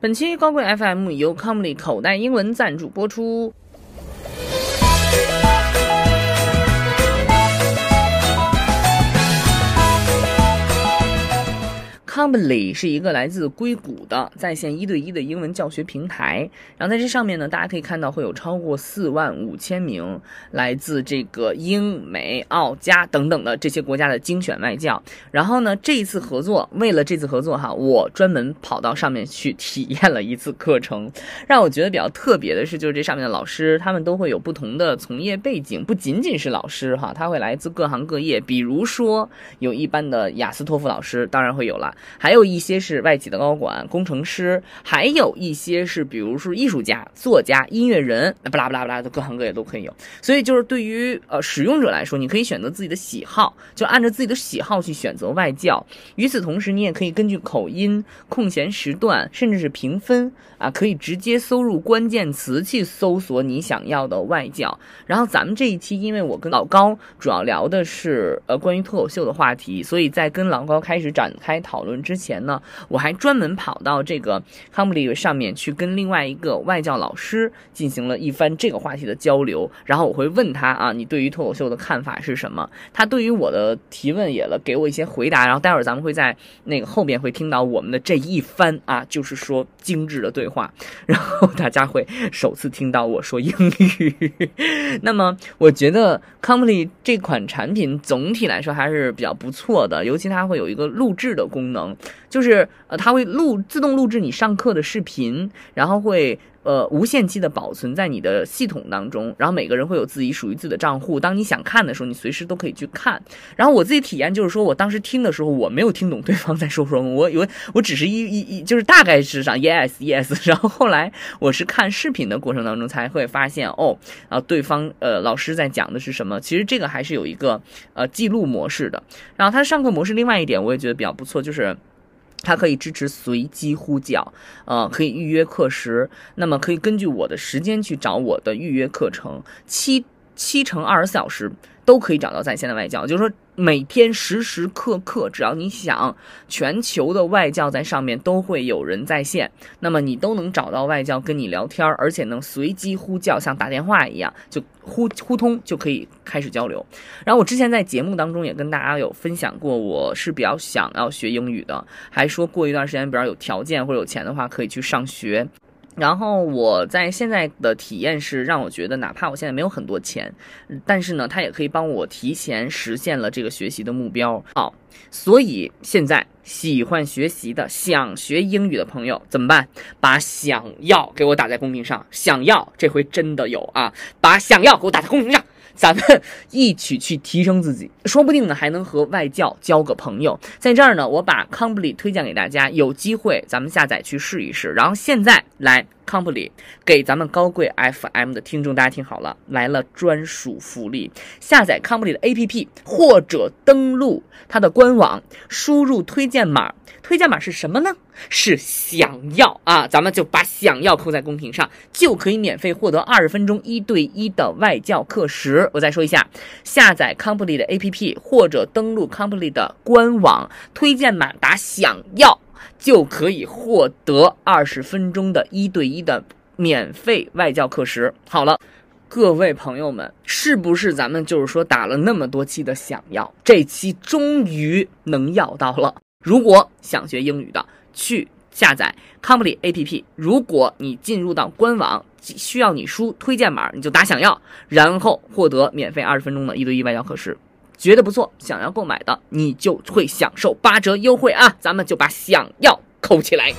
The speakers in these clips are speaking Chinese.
本期高贵 FM 由 Cambly 口袋英文赞助播出。Cambly 是一个来自硅谷的在线1对1的英文教学平台，然后在这上面呢，大家可以看到会有超过45000名来自这个英美澳加等等的这些国家的精选外教。然后呢，为了这次合作哈，我专门跑到上面去体验了一次课程。让我觉得比较特别的是，就是这上面的老师他们都会有不同的从业背景，不仅仅是老师哈，他会来自各行各业，比如说有一般的雅思托福老师，当然会有了。还有一些是外企的高管、工程师，还有一些是比如说艺术家、作家、音乐人，不拉不拉不拉的各行各业都可以有。所以就是对于使用者来说，你可以选择自己的喜好，就按照自己的喜好去选择外教。与此同时，你也可以根据口音、空闲时段，甚至是评分啊，可以直接搜入关键词去搜索你想要的外教。然后咱们这一期，因为我跟老高主要聊的是关于脱口秀的话题，所以在跟老高开始展开讨论之前呢，我还专门跑到这个 Cambly 上面去跟另外一个外教老师进行了一番这个话题的交流。然后我会问他啊，你对于脱口秀的看法是什么？他对于我的提问也给我一些回答。然后待会儿咱们会在那个后边会听到我们的这一番啊，就是说精致的对话。然后大家会首次听到我说英语。那么我觉得 Cambly 这款产品总体来说还是比较不错的，尤其它会有一个录制的功能，就是它会自动录制你上课的视频，然后会无限期的保存在你的系统当中，然后每个人会有自己属于自己的账户，当你想看的时候你随时都可以去看。然后我自己体验就是说，我当时听的时候我没有听懂对方在说什么，我以为我只是就是大概是上 yes， 然后后来我是看视频的过程当中才会发现对方老师在讲的是什么。其实这个还是有一个记录模式的。然后它上课模式另外一点我也觉得比较不错，就是它可以支持随机呼叫，可以预约课时，那么可以根据我的时间去找我的预约课程，7乘24小时都可以找到在线的外教，就是说每天时时刻刻，只要你想，全球的外教在上面都会有人在线，那么你都能找到外教跟你聊天，而且能随机呼叫，像打电话一样，就呼通就可以开始交流。然后我之前在节目当中也跟大家有分享过，我是比较想要学英语的，还说过一段时间比较有条件或者有钱的话可以去上学。然后我在现在的体验是让我觉得，哪怕我现在没有很多钱，但是呢，它也可以帮我提前实现了这个学习的目标。好，所以现在喜欢学习的、想学英语的朋友怎么办？把想要给我打在公屏上，想要这回真的有啊！把想要给我打在公屏上。咱们一起去提升自己，说不定呢还能和外教交个朋友。在这儿呢，我把 Cambly 推荐给大家，有机会咱们下载去试一试。然后现在来 Cambly 给咱们高贵 FM 的听众，大家听好了，来了专属福利，下载 Cambly 的 APP 或者登录它的官网，输入推荐码。推荐码是什么呢？是想要啊！咱们就把想要扣在公屏上，就可以免费获得20分钟1对1的外教课时。我再说一下，下载 Cambly 的 APP 或者登录 Cambly 的官网，推荐码打想要，就可以获得20分钟的1对1的免费外教课时。好了，各位朋友们，是不是咱们就是说打了那么多期的想要，这期终于能要到了？如果想学英语的，去下载 Cambly APP， 如果你进入到官网需要你输推荐码，你就打想要，然后获得免费20分钟的1对1外教课时，觉得不错，想要购买的你就会享受8折优惠啊！咱们就把想要扣起来。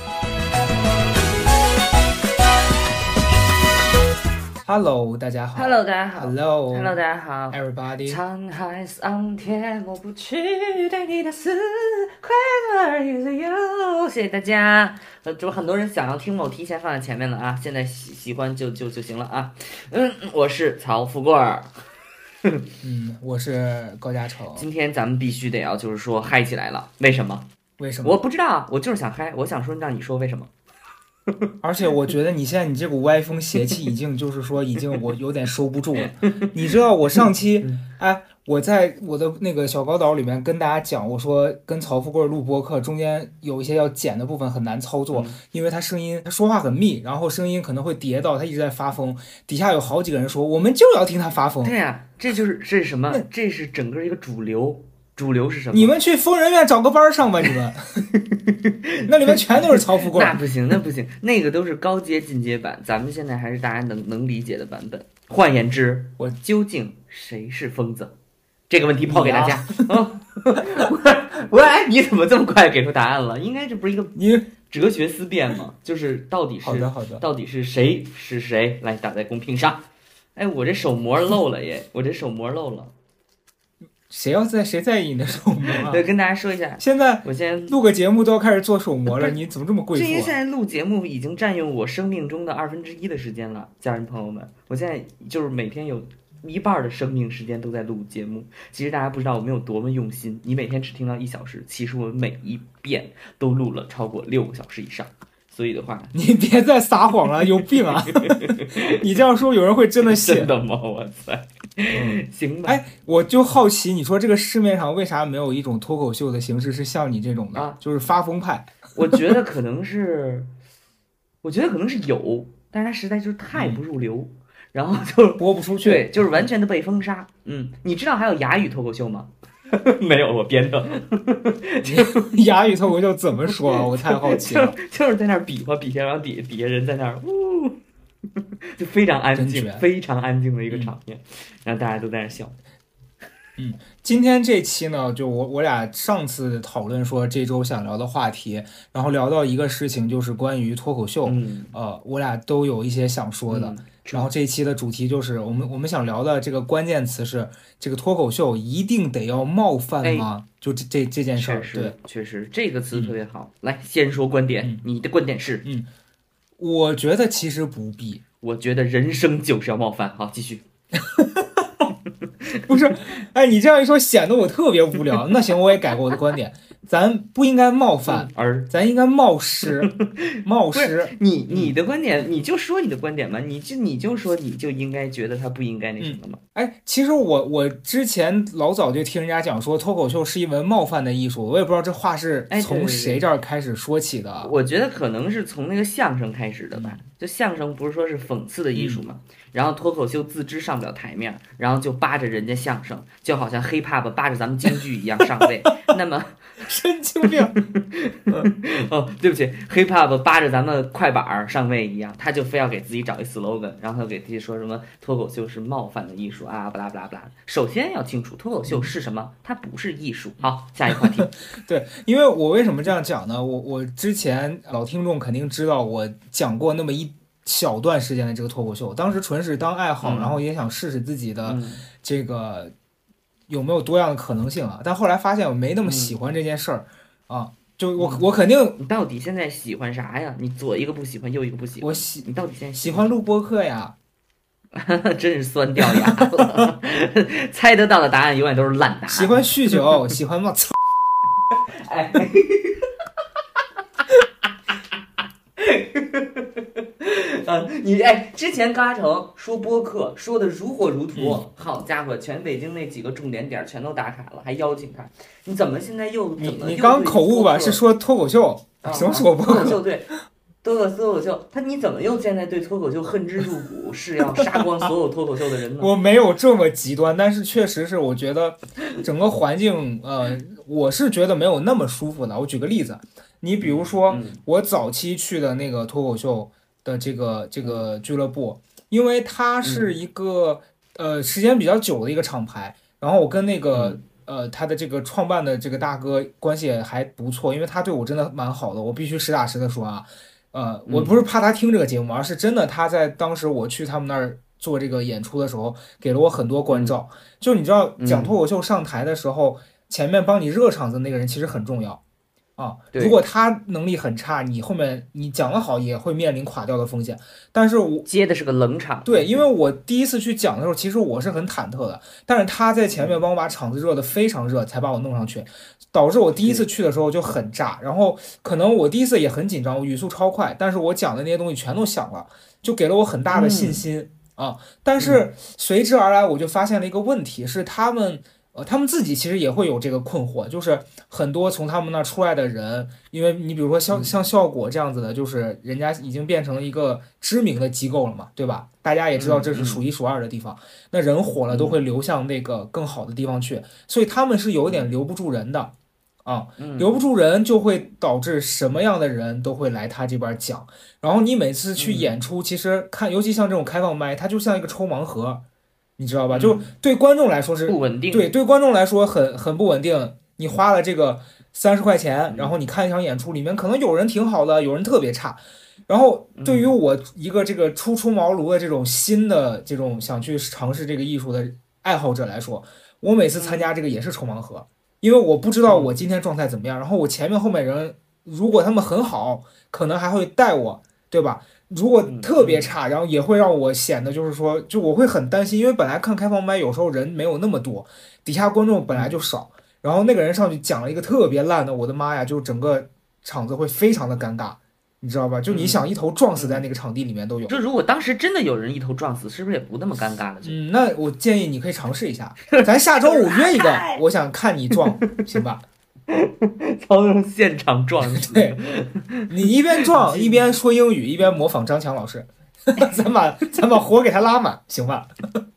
Hello， 大家好。 Hello， 大家好。 Hello， 大家好。 Everybody。 沧海桑田，抹不去对你的思，快乐日子有。谢谢大家。就很多人想要听我提前放在前面了啊，现在喜欢就行了啊。我是曹富贵儿。 我是高嘉诚。 今天咱们必须得要就是说嗨起来了，为什么？我不知道，我就是想嗨，我想说让你说为什么。 而且我觉得你现在这股歪风邪气已经就是说已经我有点收不住了。你知道我上期我在我的那个小高岛里面跟大家讲，我说跟曹富贵录播客中间有一些要剪的部分很难操作，因为他说话很密，然后声音可能会叠到，他一直在发疯。底下有好几个人说，我们就要听他发疯。 对呀，这是什么？这是整个一个主流。主流是什么？ 你们去疯人院找个班上吧，你们那里面全都是曹富贵。 那不行，那个都是高阶进阶版，咱们现在还是大家能理解的版本。换言之，究竟谁是疯子？这个问题抛给大家。喂，你怎么这么快给出答案了？应该这不是一个哲学思辨吗？就是到底是好的， 到底是谁是谁？来打在公屏上。哎，我这手膜漏了耶！ 谁在意你的手膜啊？ 对，跟大家说一下，我现在录个节目都要开始做手膜了，你怎么这么贵妇啊？ 因为现在录节目已经占用我生命中的1/2的时间了，家人朋友们，我现在就是每天有一半的生命时间都在录节目。其实大家不知道我们有多么用心，你每天只听到1小时，其实我们每一遍都录了超过6个小时以上。所以的话， 你别再撒谎了，有病啊！你这样说，有人会真的信？ 真的吗？哇塞！行吧。 哎，我就好奇，你说这个市面上为啥没有一种脱口秀的形式是像你这种的，就是发疯派？ 我觉得可能是有，但是它实在就是太不入流，然后就播不出去， 对，就是完全的被封杀。你知道还有哑语脱口秀吗？没有，我编的。 哑语脱口秀怎么说啊？我太好奇了。 就是在那儿比划，然后底下人在那儿就非常安静，非常安静的一个场面，然后大家都在那笑。 今天这期呢，就我俩上次讨论说这周想聊的话题，然后聊到一个事情，就是关于脱口秀。我俩都有一些想说的。然后这一期的主题就是我们想聊的这个关键词是这个脱口秀一定得要冒犯吗？就这件事儿。对， 确实这个词特别好。来，先说观点，你的观点是？ 我觉得其实不必。 我觉得人生就是要冒犯。好，继续。 不是，哎，你这样一说显得我特别无聊。那行，我也改过我的观点，咱不应该冒犯，咱应该冒失。 你的观点，你就说你的观点嘛，你就说你就应该觉得他不应该那什么嘛。 哎，其实我之前老早就听人家讲说脱口秀是一门冒犯的艺术，我也不知道这话是从谁这儿开始说起的。 我觉得可能是从那个相声开始的吧。就相声不是说是讽刺的艺术嘛，然后脱口秀自知上不了台面，然后就扒着人家相声，就好像 hiphop 扒着咱们京剧一样上位。那么神经病。 对不起 ，hiphop 扒着咱们快板上位一样，他就非要给自己找一 slogan， 然后他给自己说什么脱口秀是冒犯的艺术啊，巴拉巴拉巴拉。首先要清楚脱口秀是什么，它不是艺术。好，下一个话题。 对，因为我为什么这样讲呢？我之前老听众肯定知道我讲过那么一小段时间的这个脱口秀，当时纯是当爱好，然后也想试试自己的这个有没有多样的可能性啊。但后来发现我没那么喜欢这件事儿啊，就我肯定。 你到底现在喜欢啥呀？你左一个不喜欢，右一个不喜欢。你到底现在喜欢录播客呀？ 真是酸掉牙了。猜得到的答案永远都是烂答案。 喜欢酗酒，喜欢操。 哎。你之前高嘉诚说播客说的如火如荼，好家伙，全北京那几个重点点全都打卡了，还邀请他，你怎么现在又你刚口误吧？是说脱口秀？什么说播客？ 脱口秀对，脱口秀，你怎么又现在对脱口秀恨之入骨，是要杀光所有脱口秀的人呢？ 我没有这么极端，但是确实是我觉得整个环境，我是觉得没有那么舒服的。我举个例子，你比如说我早期去的那个脱口秀的这个俱乐部，因为它是一个时间比较久的一个厂牌，然后我跟那个他的这个创办的这个大哥关系还不错，因为他对我真的蛮好的，我必须实打实的说啊，我不是怕他听这个节目，而是真的他在当时我去他们那儿做这个演出的时候，给了我很多关照。就你知道讲脱口秀上台的时候，前面帮你热场子的那个人其实很重要。如果他能力很差，你后面你讲得好也会面临垮掉的风险。但是我接的是个冷场， 对，因为我第一次去讲的时候，其实我是很忐忑的，但是他在前面帮我把场子热得非常热，才把我弄上去，导致我第一次去的时候就很炸。然后可能我第一次也很紧张，我语速超快，但是我讲的那些东西全都响了，就给了我很大的信心。但是随之而来，我就发现了一个问题，是他们他们自己其实也会有这个困惑，就是很多从他们那出来的人，因为你比如说像效果这样子的，就是人家已经变成了一个知名的机构了嘛，对吧？大家也知道这是数一数二的地方，那人火了都会流向那个更好的地方去，所以他们是有点留不住人的。啊，留不住人就会导致什么样的人都会来他这边讲，然后你每次去演出，其实看，尤其像这种开放麦，它就像一个抽盲盒，你知道吧？就对观众来说是不稳定， 对观众来说很不稳定。你花了这个30块钱，然后你看一场演出，里面可能有人挺好的，有人特别差。然后对于我一个这个初出茅庐的这种新的这种想去尝试这个艺术的爱好者来说，我每次参加这个也是抽盲盒。因为我不知道我今天状态怎么样，然后我前面后面人如果他们很好，可能还会带我，对吧？如果特别差，然后也会让我显得就是说，就我会很担心，因为本来看开放麦有时候人没有那么多，底下观众本来就少，然后那个人上去讲了一个特别烂的，我的妈呀，就整个场子会非常的尴尬。你知道吧？就你想一头撞死在那个场地里面都有。 就如果当时真的有人一头撞死，是不是也不那么尴尬了？ 那我建议你可以尝试一下，咱下周5约一个，我想看你撞，行吧？ 操纵现场撞， 对，你一边撞一边说英语，一边模仿张强老师，咱把活给他拉满，行吧？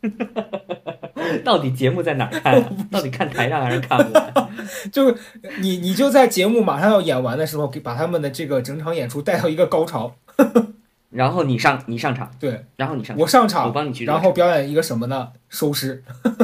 到底节目在哪儿看？到底看台上还是看我？ 就你就在节目马上要演完的时候，把他们的这个整场演出带到一个高潮。 然后你上场， 对， 然后你上场， 我上场， 我帮你去， 然后表演一个什么呢？收尸。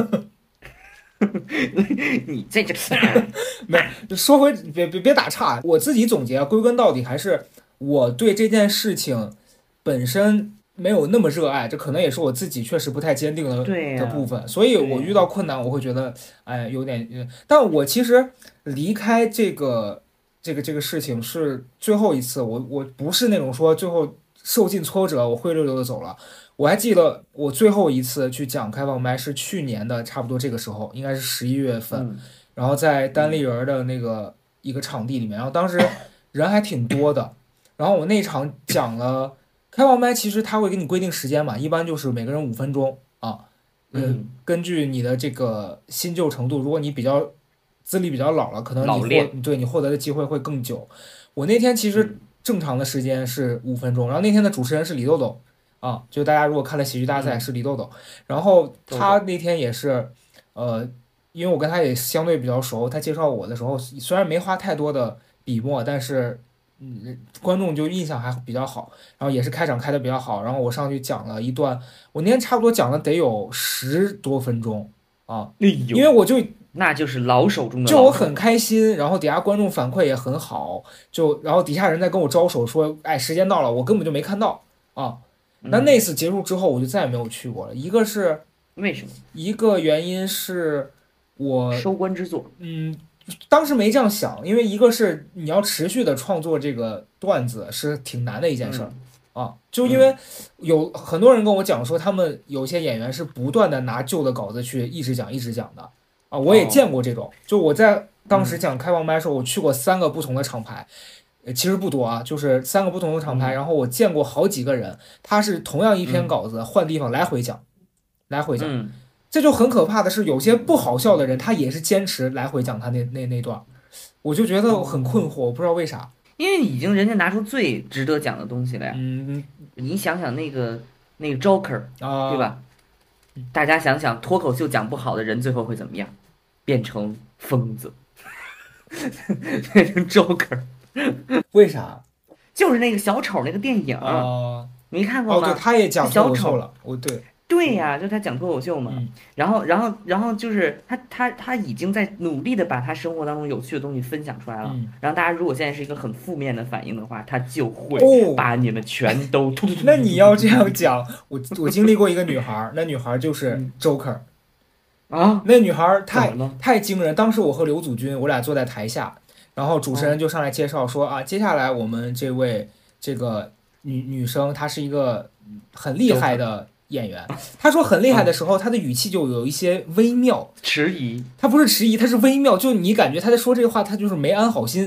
你这没说回别打岔，我自己总结，归根到底还是我对这件事情本身没有那么热爱，这可能也是我自己确实不太坚定的部分，所以我遇到困难我会觉得哎有点，但我其实离开这个事情是最后一次，我不是那种说最后受尽挫折我灰溜溜的走了。我还记得我最后一次去讲开放麦是去年的差不多这个时候，应该是11月份，然后在单立人的那个一个场地里面，然后当时人还挺多的，然后我那场讲了开放麦，其实他会给你规定时间嘛，一般就是每个人5分钟啊，根据你的这个新旧程度，如果你比较资历比较老了，可能你获得的机会会更久。我那天其实正常的时间是5分钟，然后那天的主持人是李豆豆。啊，就大家如果看了喜剧大赛是李豆豆，然后他那天也是，因为我跟他也相对比较熟，他介绍我的时候虽然没花太多的笔墨，但是观众就印象还比较好，然后也是开场开的比较好，然后我上去讲了一段，我那天差不多讲了得有10多分钟啊，因为我就那就是老手中的老手， 就我很开心，然后底下观众反馈也很好，然后底下人在跟我招手说，哎，时间到了，我根本就没看到啊。那次结束之后，我就再也没有去过了。一个是为什么？ 一个原因是我收官之作。 当时没这样想，因为一个是你要持续的创作这个段子是挺难的一件事儿啊。就因为有很多人跟我讲说，他们有些演员是不断的拿旧的稿子去一直讲的啊。我也见过这种，就我在当时讲开放麦的时候，我去过3个不同的厂牌。其实不多啊，就是3个不同的厂牌，然后我见过好几个人，他是同样一篇稿子换地方来回讲，这就很可怕的是，有些不好笑的人，他也是坚持来回讲他那段，我就觉得很困惑，我不知道为啥。 因为已经人家拿出最值得讲的东西了呀。你想想那个 Joker 啊，对吧？大家想想，脱口秀讲不好的人最后会怎么样？变成疯子，变成 Joker。 为啥？ 就是那个小丑那个电影没看过吗？ 对，他也讲脱口秀了。对呀，就他讲脱口秀嘛。然后就是他已经在努力的把他生活当中有趣的东西分享出来了。然后大家如果现在是一个很负面的反应的话，他就会把你们全都那你要这样讲，我经历过一个女孩，那女孩就是 Joker 啊， 那女孩太惊人。当时我和刘祖君，我俩坐在台下。然后主持人就上来介绍说啊，接下来我们这位这个女生，她是一个很厉害的演员。她说很厉害的时候，她的语气就有一些微妙迟疑。 她不是迟疑，她是微妙，就你感觉她在说这个话，她就是没安好心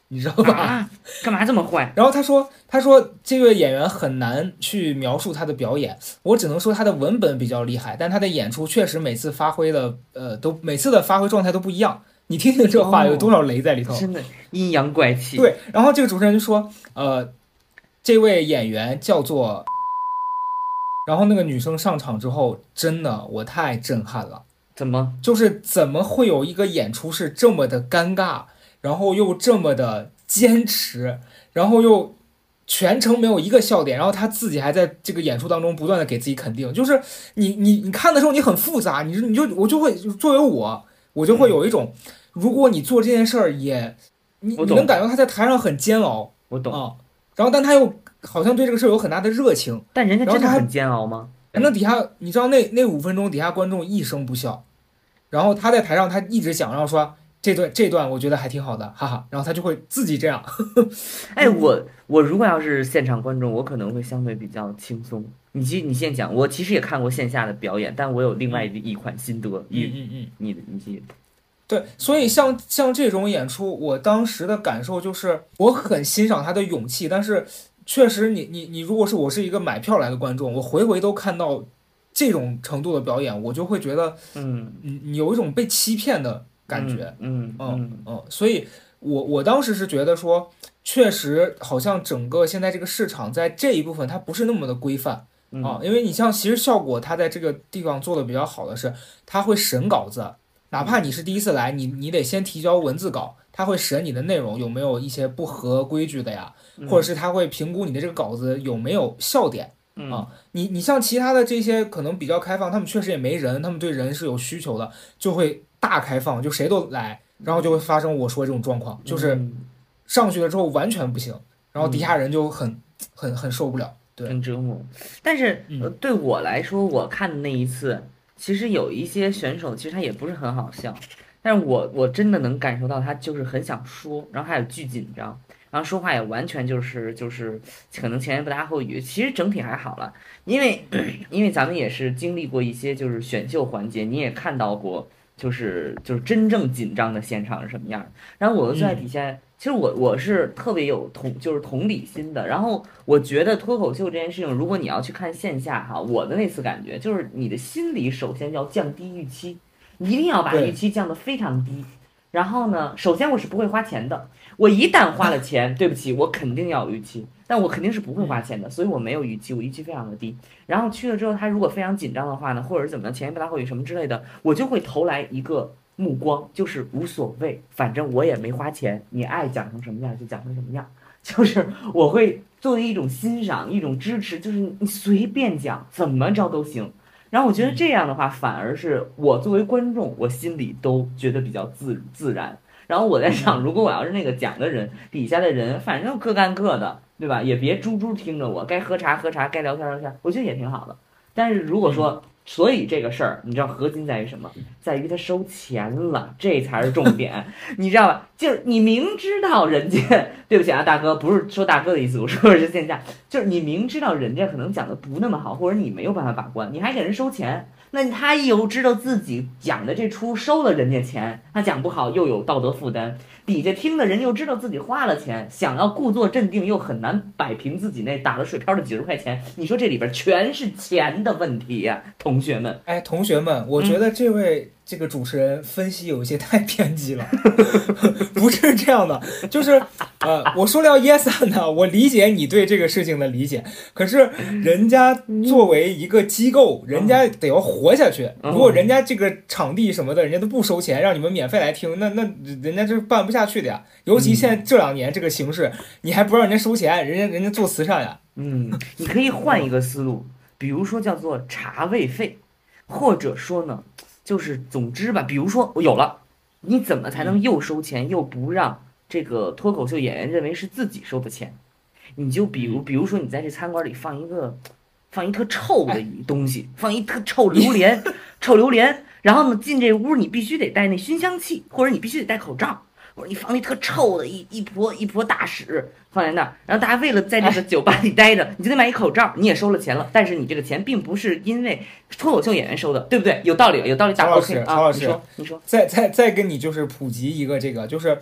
你知道吧？ 啊，干嘛这么坏？ 然后他说这位演员很难去描述他的表演，我只能说他的文本比较厉害，但他的演出确实每次发挥的每次的发挥状态都不一样。你听听这话有多少雷在里头？ 真的阴阳怪气。 对，然后这个主持人就说，这位演员叫做，然后那个女生上场之后，真的我太震撼了。 怎么？ 就是怎么会有一个演出是这么的尴尬，然后又这么的坚持，然后又全程没有一个笑点，然后他自己还在这个演出当中不断的给自己肯定，就是你看的时候你很复杂，我就会作为我就会有一种，如果你做这件事儿也你能感觉他在台上很煎熬， 我懂啊，然后但他又好像对这个事儿有很大的热情， 但人家真的很煎熬吗？ 那底下你知道那5分钟底下观众一声不笑。然后他在台上，他一直讲，然后说这段我觉得还挺好的，哈哈。然后他就会自己这样。 哎，我如果要是现场观众，我可能会相对比较轻松。你先讲，我其实也看过线下的表演，但我有另外一款心得。你继对，所以像这种演出，我当时的感受就是我很欣赏他的勇气，但是确实你如果是我是一个买票来的观众，我回回都看到这种程度的表演，我就会觉得，你有一种被欺骗的感觉，所以我当时是觉得说，确实好像整个现在这个市场在这一部分它不是那么的规范啊，因为你像其实效果它在这个地方做的比较好的是，它会审稿子，哪怕你是第一次来，你得先提交文字稿，它会审你的内容有没有一些不合规矩的呀，或者是它会评估你的这个稿子有没有笑点。你像其他的这些可能比较开放，他们确实也没人，他们对人是有需求的，就会大开放，就谁都来，然后就会发生我说这种状况，就是上去了之后完全不行，然后底下人就很受不了，对， 很折磨。但是对我来说，我看的那一次，其实有一些选手其实他也不是很好笑，但是我真的能感受到他就是很想说，然后还有巨紧张。然后说话也完全就是可能前言不搭后语，其实整体还好了，因为咱们也是经历过一些就是选秀环节，你也看到过就是真正紧张的现场是什么样。然后我就在底下，其实我是特别有同理心的。然后我觉得脱口秀这件事情，如果你要去看线下哈，我的那次感觉就是你的心理首先要降低预期，你一定要把预期降得非常低。然后呢，首先我是不会花钱的，我一旦花了钱，对不起，我肯定要有预期，但我肯定是不会花钱的，所以我没有预期，我预期非常的低。然后去了之后，他如果非常紧张的话呢，或者是怎么样，前言不搭后语什么之类的，我就会投来一个目光，就是无所谓，反正我也没花钱，你爱讲成什么样就讲成什么样，就是我会作为一种欣赏，一种支持，就是你随便讲，怎么着都行。然后我觉得这样的话，反而是我作为观众，我心里都觉得比较自然。然后我在想，如果我要是那个讲的人，底下的人反正各干各的，对吧？也别猪听着我，该喝茶喝茶，该聊天聊天，我觉得也挺好的。但是如果说，所以这个事儿，你知道核心在于什么？在于他收钱了，这才是重点，你知道吧？就是你明知道人家，对不起啊，大哥，不是说大哥的意思，我说的是线下，就是你明知道人家可能讲的不那么好，或者你没有办法把关，你还给人收钱。那他又知道自己讲的这出收了人家钱，他讲不好又有道德负担，底下听的人又知道自己花了钱，想要故作镇定又很难摆平自己那打了水漂的几十块钱，你说这里边全是钱的问题呀，同学们。 哎，同学们，我觉得这位这个主持人分析有一些太偏激了，不是这样的，就是我说了yes 呢，我理解你对这个事情的理解，可是人家作为一个机构，人家得要活下去，如果人家这个场地什么的，人家都不收钱，让你们免费来听，那人家就办不下去的呀。尤其现在这2年这个形势，你还不让人家收钱，人家做慈善呀。 你可以换一个思路，比如说叫做茶位费，或者说呢，就是总之吧，比如说我有了，你怎么才能又收钱又不让这个脱口秀演员认为是自己收的钱？你就比如说你在这餐馆里放一特臭的东西，放一特臭榴莲，臭榴莲，然后呢进这屋你必须得带那熏香器，或者你必须得戴口罩。或者你放一特臭的一坨大屎放在那儿，然后大家为了在这个酒吧里待着，你就得买一口罩，你也收了钱了，但是你这个钱并不是因为脱口秀演员收的，对不对？有道理，大曹老师， 你说， 再跟你就是普及一个这个，就是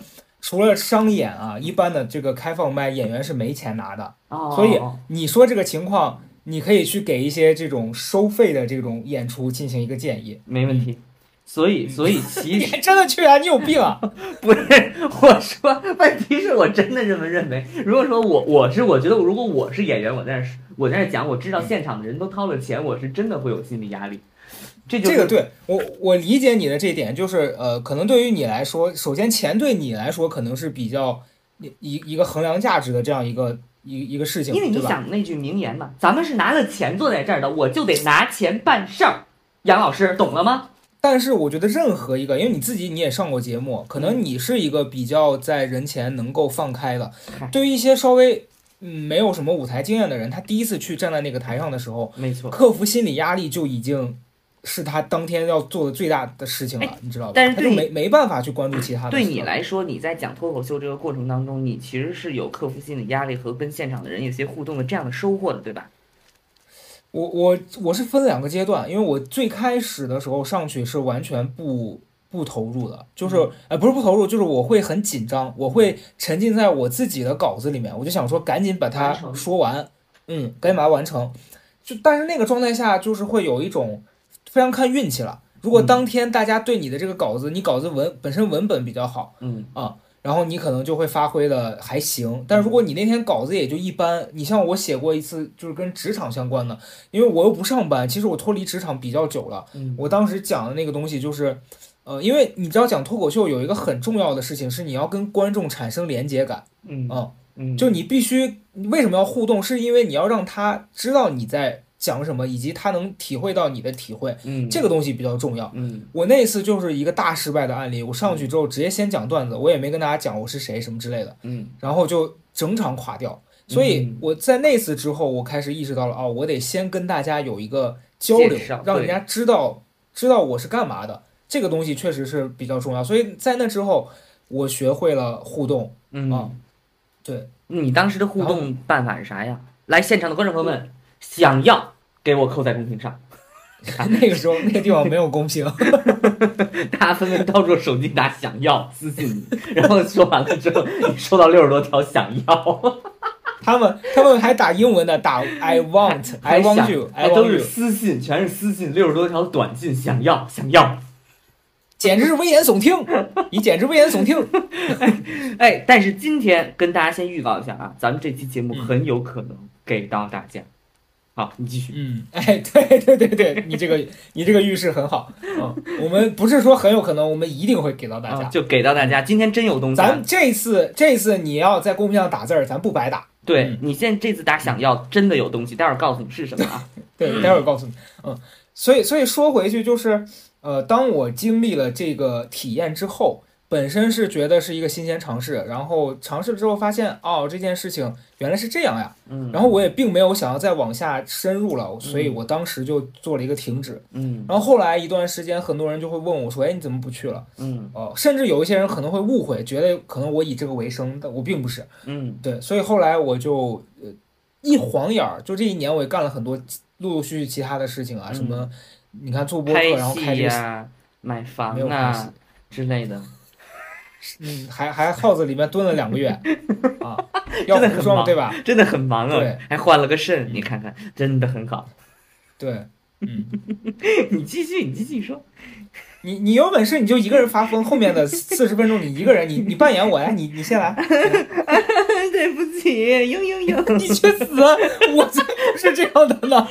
除了商演啊，一般的这个开放麦演员是没钱拿的。 哦， 所以你说这个情况，你可以去给一些这种收费的这种演出进行一个建议。 没问题。所以其你实真的去啊？你有病啊？ 不是，我说问题是我真的这么认为。如果说我觉得如果我是演员，我在那讲，我知道现场的人都掏了钱，我是真的会有心理压力。这个对我理解你的这一点，就是可能对于你来说，首先钱对你来说可能是比较一个衡量价值的这样一个事情， 因为你想那句名言嘛，咱们是拿了钱坐在这儿的，我就得拿钱办事儿。杨老师懂了吗？ 但是我觉得任何一个，因为你也上过节目，可能你是一个比较在人前能够放开的。对于一些稍微没有什么舞台经验的人，他第一次去站在那个台上的时候， 没错， 克服心理压力就已经是他当天要做的最大的事情了，你知道吧？ 但是他就没办法去关注其他的。 对你来说，你在讲脱口秀这个过程当中，你其实是有克服心理压力和跟现场的人有些互动的这样的收获的，对吧？ 我是分2个阶段，因为我最开始的时候上去是完全不投入的，就是不是不投入，就是我会很紧张，我会沉浸在我自己的稿子里面，我就想说赶紧把它说完，赶紧把它完成。但是那个状态下就是会有一种非常看运气了。如果当天大家对你的这个稿子，你稿子本身文本比较好，然后你可能就会发挥的还行，但如果你那天稿子也就一般，你像我写过一次就是跟职场相关的，因为我又不上班，其实我脱离职场比较久了，我当时讲的那个东西就是，因为你知道讲脱口秀有一个很重要的事情是你要跟观众产生连接感，就你必须为什么要互动，是因为你要让他知道你在讲什么，以及他能体会到你的体会，这个东西比较重要。我那次就是一个大失败的案例，我上去之后直接先讲段子，我也没跟大家讲我是谁什么之类的，然后就整场垮掉。所以我在那次之后，我开始意识到了，我得先跟大家有一个交流，让人家知道我是干嘛的，这个东西确实是比较重要。所以在那之后，我学会了互动。对， 你当时的互动办法是啥呀？来，现场的观众朋友们，想要给我扣在公屏上。 那个时候那个地方没有公屏， 大家纷纷掏出手机打想要私信你，然后说完了之后，你收到60多条想要。 他们还打英文的，打 I want you， 都是私信，全是私信，60多条短信，想要， 简直是危言耸听，你简直危言耸听。 但是今天跟大家先预告一下啊，咱们这期节目很有可能给到大家。好，你继续。 对，你这个预示很好。我们不是说很有可能，我们一定会给到大家， 就给到大家。今天真有东西。 咱这次你要在公屏上打字儿，咱不白打。 对，你这次打想要，真的有东西，待会儿告诉你是什么啊？ 对，待会儿告诉你。所以说回去就是，当我经历了这个体验之后，本身是觉得是一个新鲜尝试，然后尝试了之后发现，这件事情原来是这样呀。然后我也并没有想要再往下深入了，所以我当时就做了一个停止。然后后来一段时间，很多人就会问我说：“哎，你怎么不去了？”甚至有一些人可能会误会，觉得可能我以这个为生，但我并不是。对，所以后来我就一晃眼儿，就这1年我也干了很多陆陆续续其他的事情啊，什么你看做播客，然后开这个买房啊之类的。 还耗子里面蹲了2个月啊，要胡说对吧？ 真的很忙啊， 对， 还换了个肾，你看看，真的很好。 对， 你继续说。 你有本事你就一个人发疯，后面的40分钟你一个人，你扮演我呀，你先来。 对不起，呦， 你去死！我才不是这样的呢。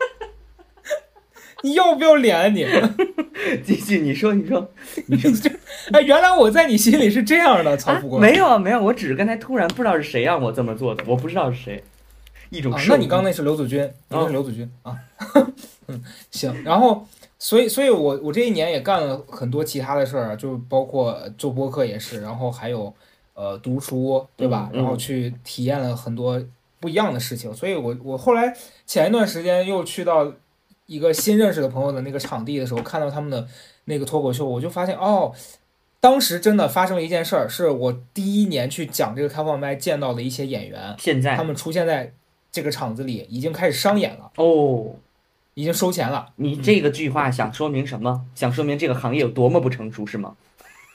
你要不要脸啊你？ 继续，你说。 原来我在你心里是这样的，曹富贵。 没有，我只是刚才突然不知道是谁让我这么做的，我不知道是谁。一种那你刚那是刘祖君，是刘祖君啊。行，然后所以我这1年也干了很多其他的事儿，就包括做播客也是，然后还有读书，对吧？然后去体验了很多不一样的事情，所以我后来前一段时间又去到一个新认识的朋友的那个场地的时候，看到他们的那个脱口秀，我就发现当时真的发生了一件事儿，是我第1年去讲这个开放麦见到的一些演员， 现在他们出现在这个场子里，已经开始商演了已经收钱了。 你这个句话想说明什么？想说明这个行业有多么不成熟是吗？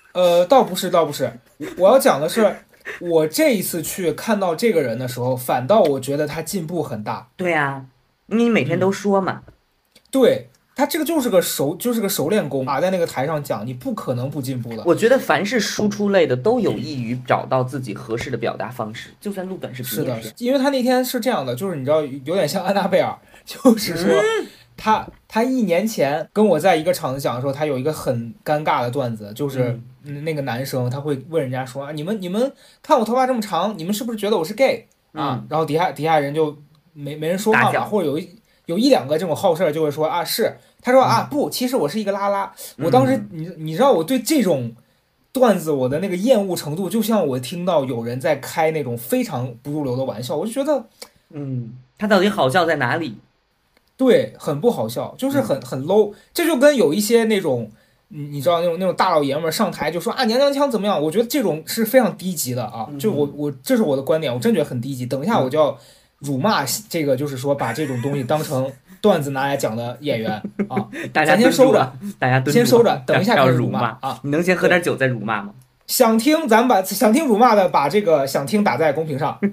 倒不是，倒不是，我要讲的是，我这一次去看到这个人的时候，反倒我觉得他进步很大。 对啊，你每天都说嘛。 对，他这个就是个熟练工，打在那个台上讲，你不可能不进步的。 我觉得凡是输出类的都有益于找到自己合适的表达方式，就算录短视频也是的，因为他那天是这样的，就是你知道，有点像安娜贝尔，就是说他1年前跟我在一个场子讲说，他有一个很尴尬的段子，就是那个男生他会问人家说啊，你们看我头发这么长，你们是不是觉得我是 gay 啊？然后底下人就没人说话嘛，或者有一两个这种好事儿就会说啊是，他说啊不，其实我是一个拉拉。我当时你知道我对这种段子我的那个厌恶程度，就像我听到有人在开那种非常不入流的玩笑，我就觉得他到底好笑在哪里？ 对，很不好笑，就是很 low。这就跟有一些那种你知道那种大老爷们儿上台就说啊娘娘腔怎么样？我觉得这种是非常低级的啊。就我这是我的观点，我真觉得很低级。等一下我就要辱骂这个，就是说把这种东西当成段子拿来讲的演员啊。咱先收着， 大家先收着，等一下开始辱骂啊。 你能先喝点酒再辱骂吗？ 想听辱骂的，把这个想听打在公屏上。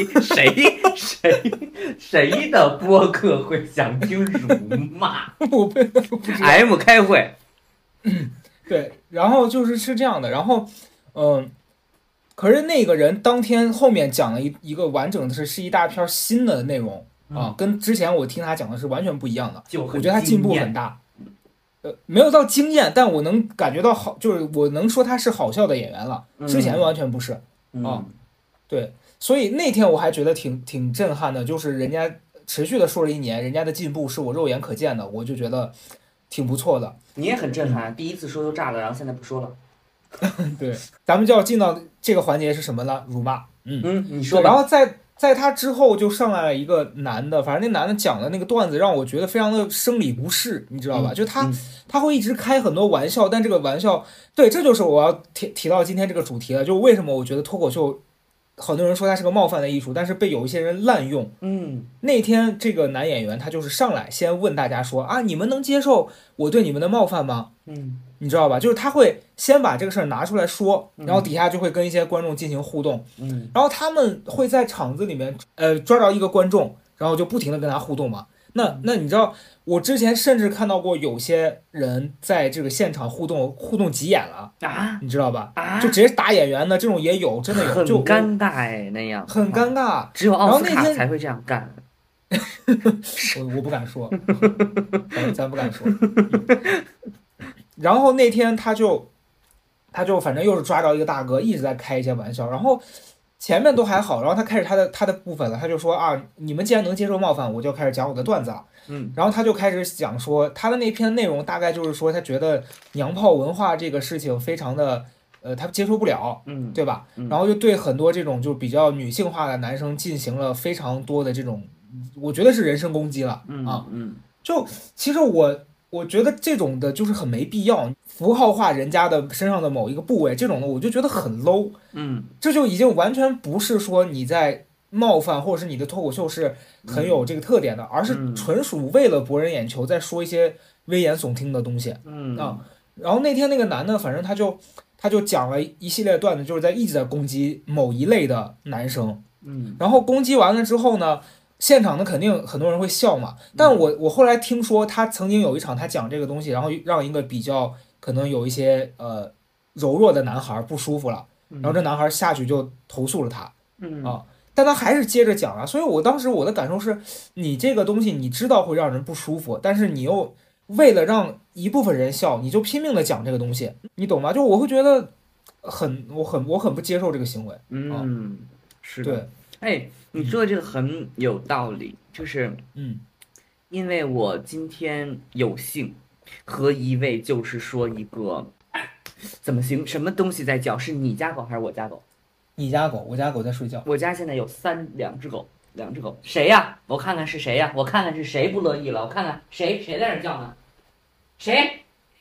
谁的播客会想听辱骂？ 我不知道。 M 开会。 对，然后是这样的，然后可是那个人当天后面讲了一个完整的是一大片新的内容啊，跟之前我听他讲的是完全不一样的。我觉得他进步很大。没有到惊艳，但我能感觉到好，就是我能说他是好笑的演员了。之前完全不是啊。对，所以那天我还觉得挺震撼的，就是人家持续的说了1年，人家的进步是我肉眼可见的，我就觉得挺不错的。 你也很震撼，第一次说就炸了，然后现在不说了。 对，咱们就要进到这个环节是什么呢？辱骂。 你说。 然后在他之后就上来了一个男的，反正那男的讲的那个段子让我觉得非常的生理不适，你知道吧？就他会一直开很多玩笑，但这个玩笑，对，这就是我要提到今天这个主题了，就为什么我觉得脱口秀很多人说它是个冒犯的艺术，但是被有一些人滥用。那天这个男演员他就是上来先问大家说啊，你们能接受我对你们的冒犯吗？你知道吧？就是他会先把这个事儿拿出来说，然后底下就会跟一些观众进行互动，然后他们会在场子里面抓着一个观众，然后就不停的跟他互动嘛。那你知道，我之前甚至看到过有些人在这个现场互动急眼了啊， 你知道吧？就直接打演员的这种也有，真的有，就很尴尬哎，那样很尴尬。 只有奥斯卡才会这样干。 我不敢说，咱不敢说。然后那天他就反正又是抓着一个大哥一直在开一些玩笑，然后前面都还好，然后他开始他的部分了，他就说啊，你们既然能接受冒犯，我就开始讲我的段子了。然后他就开始讲说他的那篇内容大概就是说他觉得娘炮文化这个事情非常的他接受不了，对吧？然后就对很多这种就比较女性化的男生进行了非常多的这种，我觉得是人身攻击了啊。就其实我觉得这种的就是很没必要，符号化人家的身上的某一个部位，这种的我就觉得很 low。这就已经完全不是说你在冒犯，或者是你的脱口秀是很有这个特点的，而是纯属为了博人眼球，在说一些危言耸听的东西。然后那天那个男的，反正他就讲了一系列段子，就是一直在攻击某一类的男生。然后攻击完了之后呢，现场的肯定很多人会笑嘛，但我后来听说他曾经有一场他讲这个东西，然后让一个比较可能有一些柔弱的男孩不舒服了，然后这男孩下去就投诉了他但他还是接着讲啊。所以我当时我的感受是，你这个东西你知道会让人不舒服，但是你又为了让一部分人笑，你就拼命的讲这个东西，你懂吗？就我会觉得我很不接受这个行为。 是的。对，你说的这个很有道理，就是因为我今天有幸和一位就是说一个怎么行，什么东西在叫？是你家狗还是我家狗？ 你家狗，我家狗在睡觉。 我家现在有两只狗。谁呀？我看看是谁呀？我看看是谁不乐意了？我看看谁在那叫呢？谁？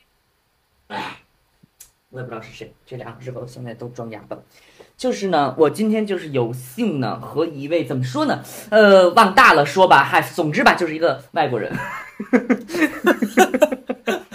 我也不知道是谁。这2只狗现在都装哑巴了。就是呢，我今天就是有幸呢和一位怎么说呢？往大了说吧，总之吧，就是一个外国人。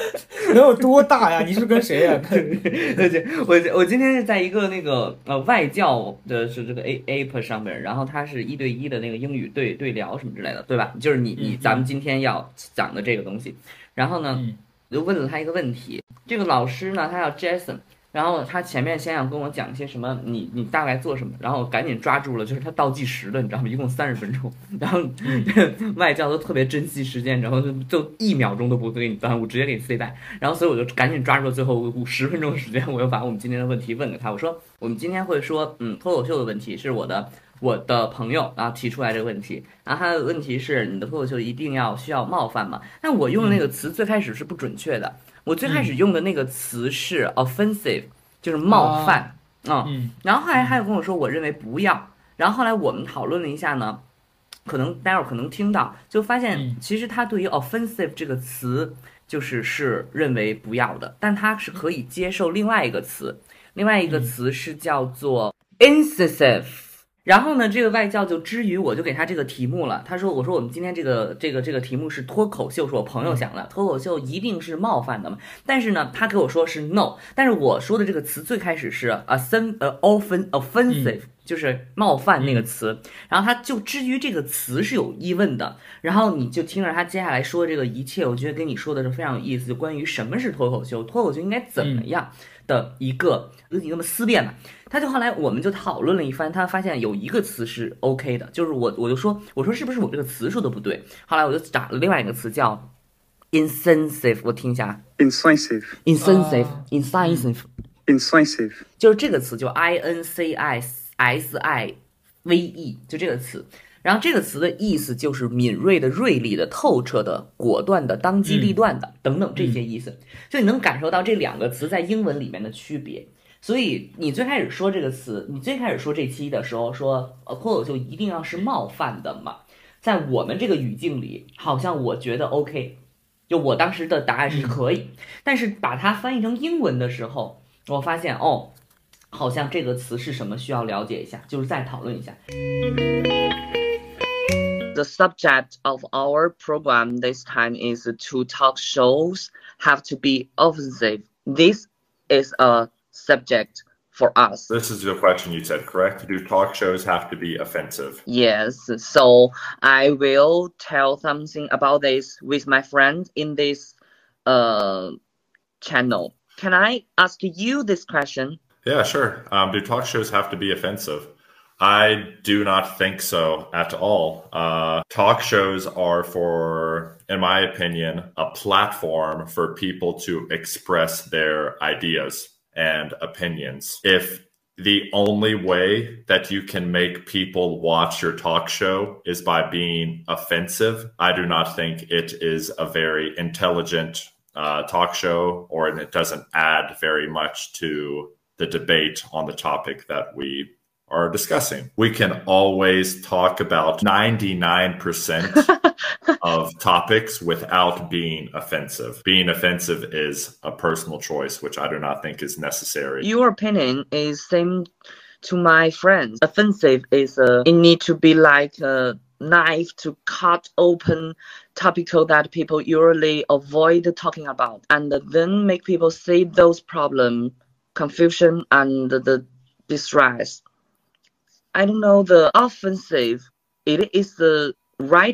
能有多大呀？你是跟谁呀？ 我今天是在一个那个外教的是这个 app 上面，然后它是1对1的那个英语对聊什么之类的，对吧？就是咱们今天要讲的这个东西。然后呢，我就问了他一个问题，这个老师呢他叫 Jason。然后他前面先想跟我讲一些什么，你大概做什么，然后赶紧抓住了，就是他倒计时的，你知道吗？一共30分钟，然后外教都特别珍惜时间，然后就1秒钟都不会给你耽误，直接给你塞带。然后所以我就赶紧抓住了最后10分钟的时间，我又把我们今天的问题问给他，我说我们今天会说脱口秀的问题是我的朋友啊提出来这个问题，然后他的问题是你的脱口秀一定需要冒犯吗？但我用的那个词最开始是不准确的。我最开始用的那个词是 offensive， 就是冒犯然后后来他又跟我说，我认为不要。然后后来我们讨论了一下呢，可能待会儿可能听到，就发现其实他对于 offensive 这个词是认为不要的，但他是可以接受另外一个词，另外一个词是叫做 incisive。然后呢，这个外教就至于我就给他这个题目了。他说：“我说我们今天这个题目是脱口秀，是我朋友想的，脱口秀一定是冒犯的嘛？但是呢，他给我说是 no， 但是我说的这个词最开始是 offensive，就是冒犯那个词。然后他就至于这个词是有疑问的。然后你就听着他接下来说这个一切，我觉得跟你说的是非常有意思，就关于什么是脱口秀，脱口秀应该怎么样的一个思辨嘛。”他就后来我们就讨论了一番，他发现有一个词是 OK 的，就是我就说是不是我这个词说的不对？后来我就找了另外一个词叫 insensitive， 我听一下 ，incisive， 就是这个词就 INCISIVE， 就这个词。然后这个词的意思就是敏锐的、锐利的、透彻的、果断的、当机立断的等等这些意思。就你能感受到这2个词在英文里面的区别。所以你最开始说这个词，你最开始说这期的时候说脱口秀一定要是冒犯的嘛，在我们这个语境里，好像我觉得 OK， 就我当时的答案是可以，但是把它翻译成英文的时候，我发现好像这个词是什么，需要了解一下，就是再讨论一下。The subject of our program this time is to talk shows have to be offensive. This is a subject for us. This is the question you said, correct? Do talk shows have to be offensive? Yes, so I will tell something about this with my friend in this channel. Can I ask you this question? Yeah, sure. Do talk shows have to be offensive? I do not think so at all. Talk shows are in my opinion, a platform for people to express their ideas and opinions. If the only way that you can make people watch your talk show is by being offensive, I do not think it is a very intelligent talk show, or it doesn't add very much to the debate on the topic that we are discussing. We can always talk about 99% of topics without being offensive. Being offensive is a personal choice, which I do not think is necessary. Your opinion is same to my friends. Offensive is it need to be like a knife to cut open topical that people usually avoid talking about, and then make people see those problems, confusion, and the distress. I don't know the offensive. It is the right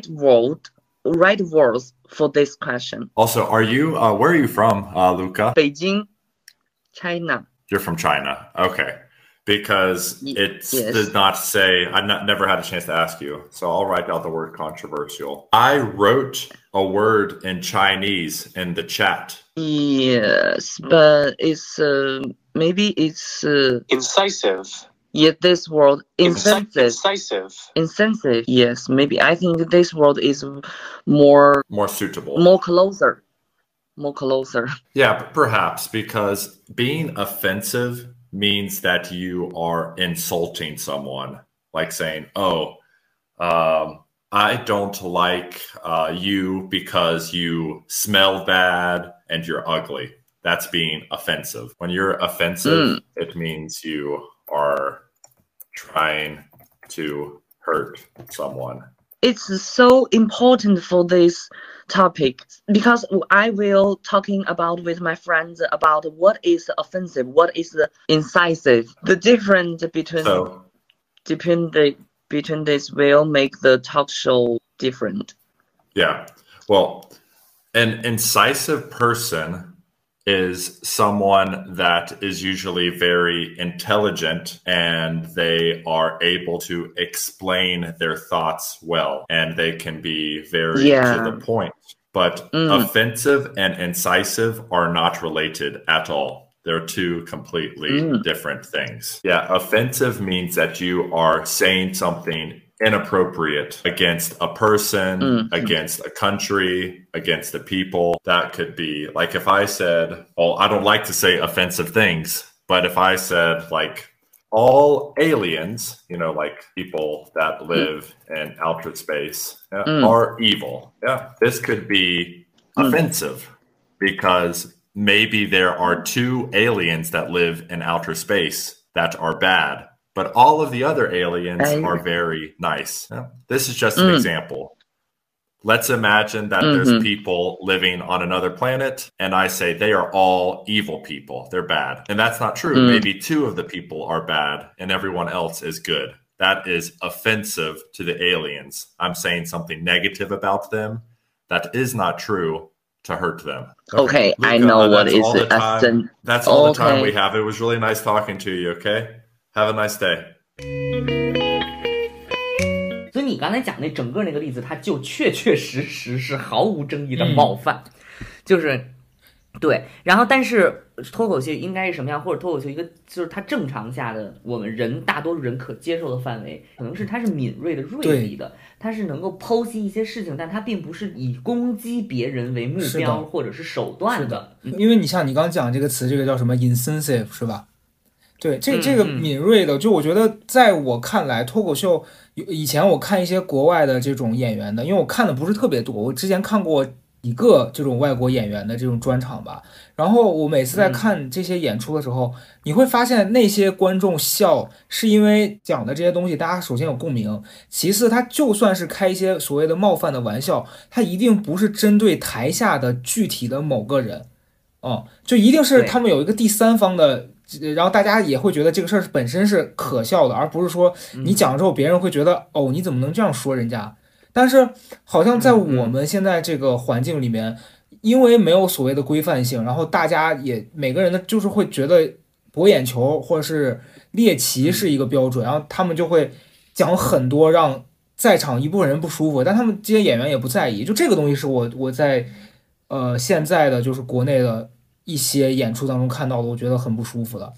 words for this question. Also, where are you from, Luca? Beijing, China. You're from China. Okay. Because did not say, never had a chance to ask you. So I'll write out the word controversial. I wrote a word in Chinese in the chat. Yes, but it's, maybe it's... incisive. Yeah, this word insensitive. Insensitive. Yes, maybe I think this word is more suitable, more closer. Yeah, perhaps, because being offensive means that you are insulting someone, like saying, I don't like you because you smell bad and you're ugly. That's being offensive. When you're offensive, it means you are trying to hurt someone. It's so important for this topic because I will talking about with my friends about what is offensive, what is incisive. The difference between this will make the talk show different. Yeah. Well, an incisive person is someone that is usually very intelligent and they are able to explain their thoughts well and they can be very to the point. But offensive and incisive are not related at all. They're two completely different things. Yeah, offensive means that you are saying something inappropriate against a person, against a country, against the people. That could be like if I said, well, I don't like to say offensive things, but if I said like all aliens, you know, like people that live in outer space are evil. Yeah, this could be offensive because maybe there are 2 aliens that live in outer space that are bad, but all of the other aliens are very nice. Yeah. This is just an example. Let's imagine that there's people living on another planet, and I say they are all evil people. They're bad. And that's not true. Maybe 2 of the people are bad, and everyone else is good. That is offensive to the aliens. I'm saying something negative about them that is not true to hurt them. Okay, Luca, I know what is it. That's all the time we have. It was really nice talking to you, okay? Have a nice day. 所以你刚才讲那整个那个例子，它就确确实实是毫无争议的冒犯，就是对。然后，但是脱口秀应该是什么样，或者脱口秀一个就是它正常下的我们大多数人可接受的范围，可能是它是敏锐的、锐利的，它是能够剖析一些事情，但它并不是以攻击别人为目标或者是手段的。 因为你像你刚刚讲这个词，这个叫什么 insensitive 是吧？对，这个敏锐的，就我觉得在我看来，脱口秀以前我看一些国外的这种演员的，因为我看的不是特别多，我之前看过一个这种外国演员的这种专场吧，然后我每次在看这些演出的时候，你会发现那些观众笑是因为讲的这些东西大家首先有共鸣，其次他就算是开一些所谓的冒犯的玩笑，他一定不是针对台下的具体的某个人，就一定是他们有一个第三方的，然后大家也会觉得这个事儿本身是可笑的，而不是说你讲了之后别人会觉得你怎么能这样说人家。但是好像在我们现在这个环境里面，因为没有所谓的规范性，然后大家也每个人的就是会觉得博眼球或者是猎奇是一个标准，然后他们就会讲很多让在场一部分人不舒服，但他们这些演员也不在意。就这个东西是我在现在的就是国内的一些演出当中看到的，我觉得很不舒服的。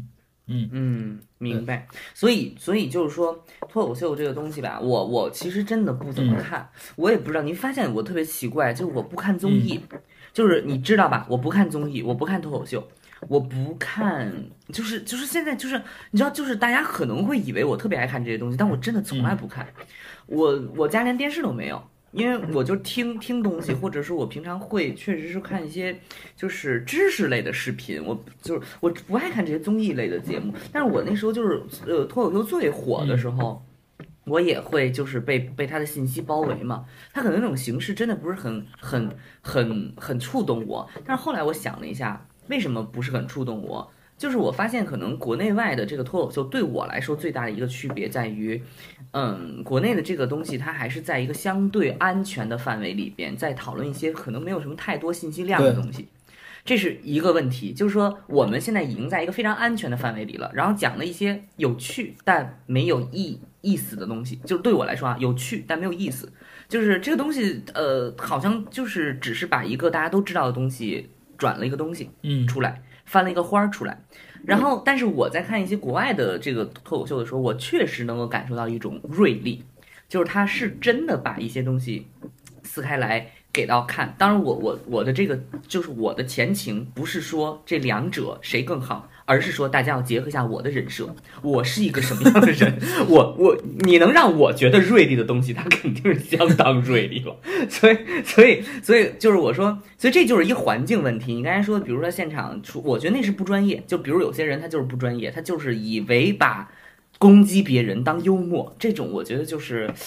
明白。所以就是说脱口秀这个东西吧，我其实真的不怎么看，我也不知道。你发现我特别奇怪，就是我不看综艺，就是你知道吧？我不看综艺，我不看脱口秀，我不看，就是现在就是你知道，就是大家可能会以为我特别爱看这些东西，但我真的从来不看。我家连电视都没有。因为我就听东西，或者是我平常会确实是看一些就是知识类的视频，我不爱看这些综艺类的节目。但是我那时候就是脱口秀最火的时候，我也会就是被他的信息包围嘛。他可能那种形式真的不是很触动我，但是后来我想了一下，为什么不是很触动我？就是我发现可能国内外的这个脱口秀对我来说最大的一个区别在于，国内的这个东西它还是在一个相对安全的范围里边，在讨论一些可能没有什么太多信息量的东西，这是一个问题。就是说我们现在已经在一个非常安全的范围里了，然后讲了一些有趣但没有意思的东西，就是对我来说有趣但没有意思，就是这个东西好像就是只是把一个大家都知道的东西转了一个东西出来。翻了一个花出来，然后但是我在看一些国外的这个脱口秀的时候，我确实能够感受到一种锐利，就是他是真的把一些东西撕开来给到看。当然我的这个就是我的前情不是说这两者谁更好，而是说大家要结合一下我的人设，我是一个什么样的人，你能让我觉得锐利的东西，它肯定是相当锐利了。所以就是我说，所以这就是一个环境问题。你刚才说，比如说现场我觉得那是不专业。就比如有些人他就是不专业，他就是以为把攻击别人当幽默，这种我觉得就是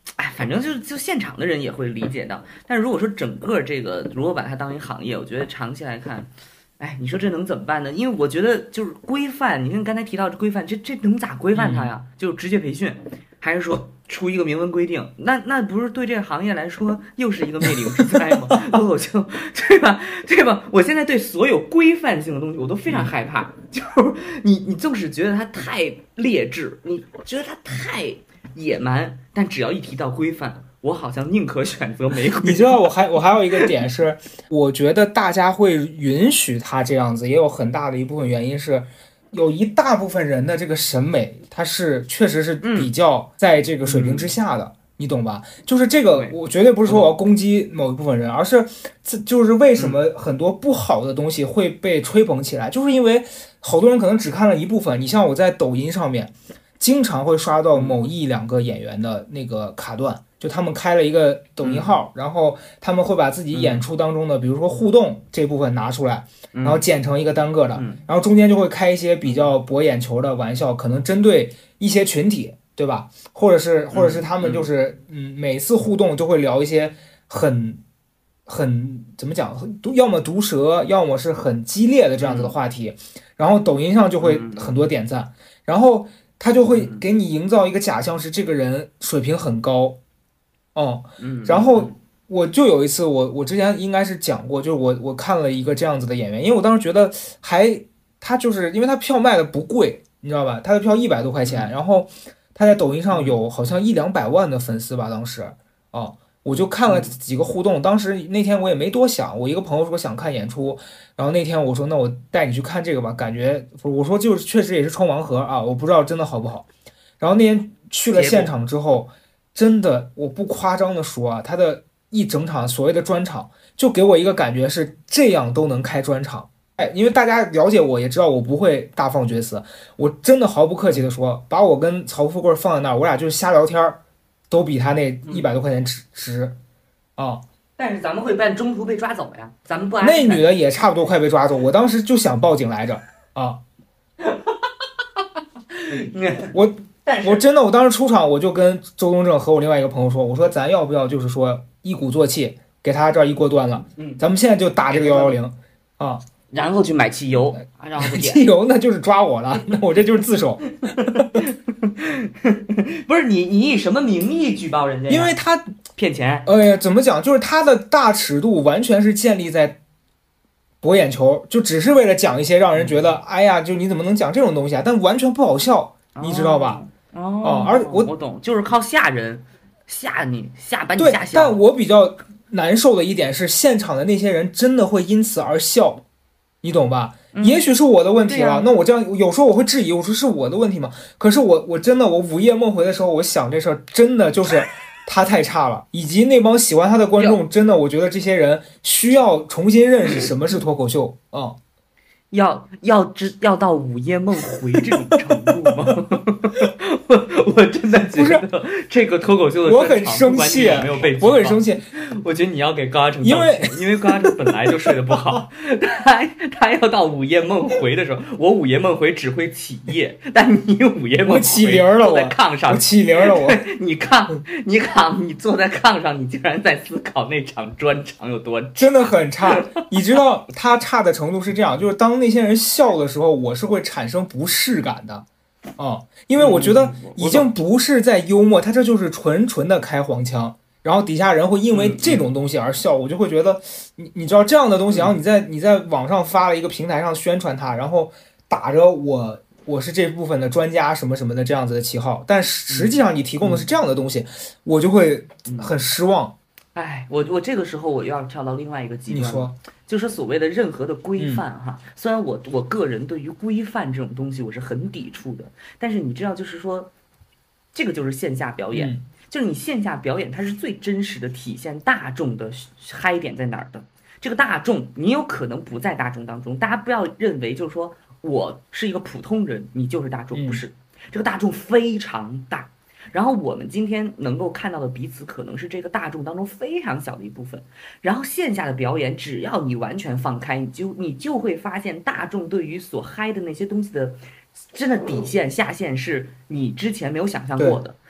哎，反正就现场的人也会理解到。但是如果说整个这个，如果把它当一行业，我觉得长期来看，哎，你说这能怎么办呢？因为我觉得就是规范，你看刚才提到这规范，这能咋规范它呀？就职业培训，还是说出一个明文规定？那不是对这个行业来说又是一个灭顶之灾吗？脱口秀，对吧？对吧？我现在对所有规范性的东西我都非常害怕，就是你纵使觉得它太劣质，你觉得它太野蛮，但只要一提到规范，我好像宁可选择没规范。 你知道我还有一个点是，我觉得大家会允许他这样子，也有很大的一部分原因是，有一大部分人的这个审美，他是确实是比较在这个水平之下的。你懂吧？就是这个，我绝对不是说我要攻击某一部分人，而是就是为什么很多不好的东西会被吹捧起来，就是因为好多人可能只看了一部分。你像我在抖音上面经常会刷到某一两个演员的那个卡段，就他们开了一个抖音号，然后他们会把自己演出当中的比如说互动这部分拿出来，然后剪成一个单个的，然后中间就会开一些比较博眼球的玩笑，可能针对一些群体，对吧？或者是他们就是每次互动就会聊一些很怎么讲，要么毒舌，要么是很激烈的这样子的话题，然后抖音上就会很多点赞，然后他就会给你营造一个假象是这个人水平很高，然后我就有一次我之前应该是讲过，就是我看了一个这样子的演员，因为我当时觉得他就是因为他票卖的不贵，你知道吧？他的票100多块钱，然后他在抖音上有好像100-200万的粉丝吧，当时我就看了几个互动，当时那天我也没多想，我一个朋友说想看演出，然后那天我说那我带你去看这个吧，感觉我说就是确实也是穿盲盒啊，我不知道真的好不好。然后那天去了现场之后，真的我不夸张的说啊，他的一整场所谓的专场就给我一个感觉是这样都能开专场。哎，因为大家了解我也知道我不会大放厥词，我真的毫不客气的说，把我跟曹富贵放在那儿，我俩就是瞎聊天都比他那100多块钱值啊！ 但是咱们会中途被抓走呀，咱们不安那女的也差不多快被抓走，我当时就想报警来着啊！我真的，我当时出场我就跟周东正和我另外一个朋友说，我说咱要不要就是说一鼓作气给他这儿一锅端了，咱们现在就打这个110啊！ 然后去买汽油，然后汽油那就是抓我了，那我这就是自首。 不是你以什么名义举报人家？ 因为他骗钱。 怎么讲？就是他的大尺度完全是建立在博眼球，就只是为了讲一些让人觉得，哎呀，就你怎么能讲这种东西啊？但完全不好笑，你知道吧？而我懂，就是靠吓人，吓你，把你吓笑。 但我比较难受的一点是，现场的那些人真的会因此而笑。你懂吧？也许是我的问题了。那我这样有时候我会质疑，我说是我的问题吗？可是我真的，我午夜梦回的时候，我想这事儿真的就是他太差了，以及那帮喜欢他的观众，真的，我觉得这些人需要重新认识什么是脱口秀啊。 要到午夜梦回这种程度吗？我真的觉得这个脱口秀的我很生气，我很生气。 我觉得你要给高阿成道歉，因为高阿成本来就睡得不好，他要到午夜梦回的时候，我午夜梦回只会起夜，但你午夜梦回起铃了， 坐在炕上， 我起铃了， 你坐在炕上，你竟然在思考那场专场有多真的很差。你知道他差的程度是这样，就是当那些人笑的时候，我是会产生不适感的。因为我觉得已经不是在幽默，他这就是纯的开黄腔，然后底下人会因为这种东西而笑，我就会觉得你知道这样的东西，然后你在网上发了一个平台上宣传它，然后打着我是这部分的专家什么什么的这样子的旗号，但实际上你提供的是这样的东西，我就会很失望。 哎，我这个时候我又要跳到另外一个极端， 你说， 就是所谓的任何的规范哈。虽然我个人对于规范这种东西我是很抵触的，但是你知道，就是说，这个就是线下表演，就是你线下表演它是最真实的体现大众的嗨点在哪儿的。这个大众，你有可能不在大众当中，大家不要认为就是说我是一个普通人，你就是大众，不是，这个大众非常大。然后我们今天能够看到的彼此，可能是这个大众当中非常小的一部分。然后线下的表演，只要你完全放开，你就会发现大众对于所嗨的那些东西的真的底线下限是你之前没有想象过的。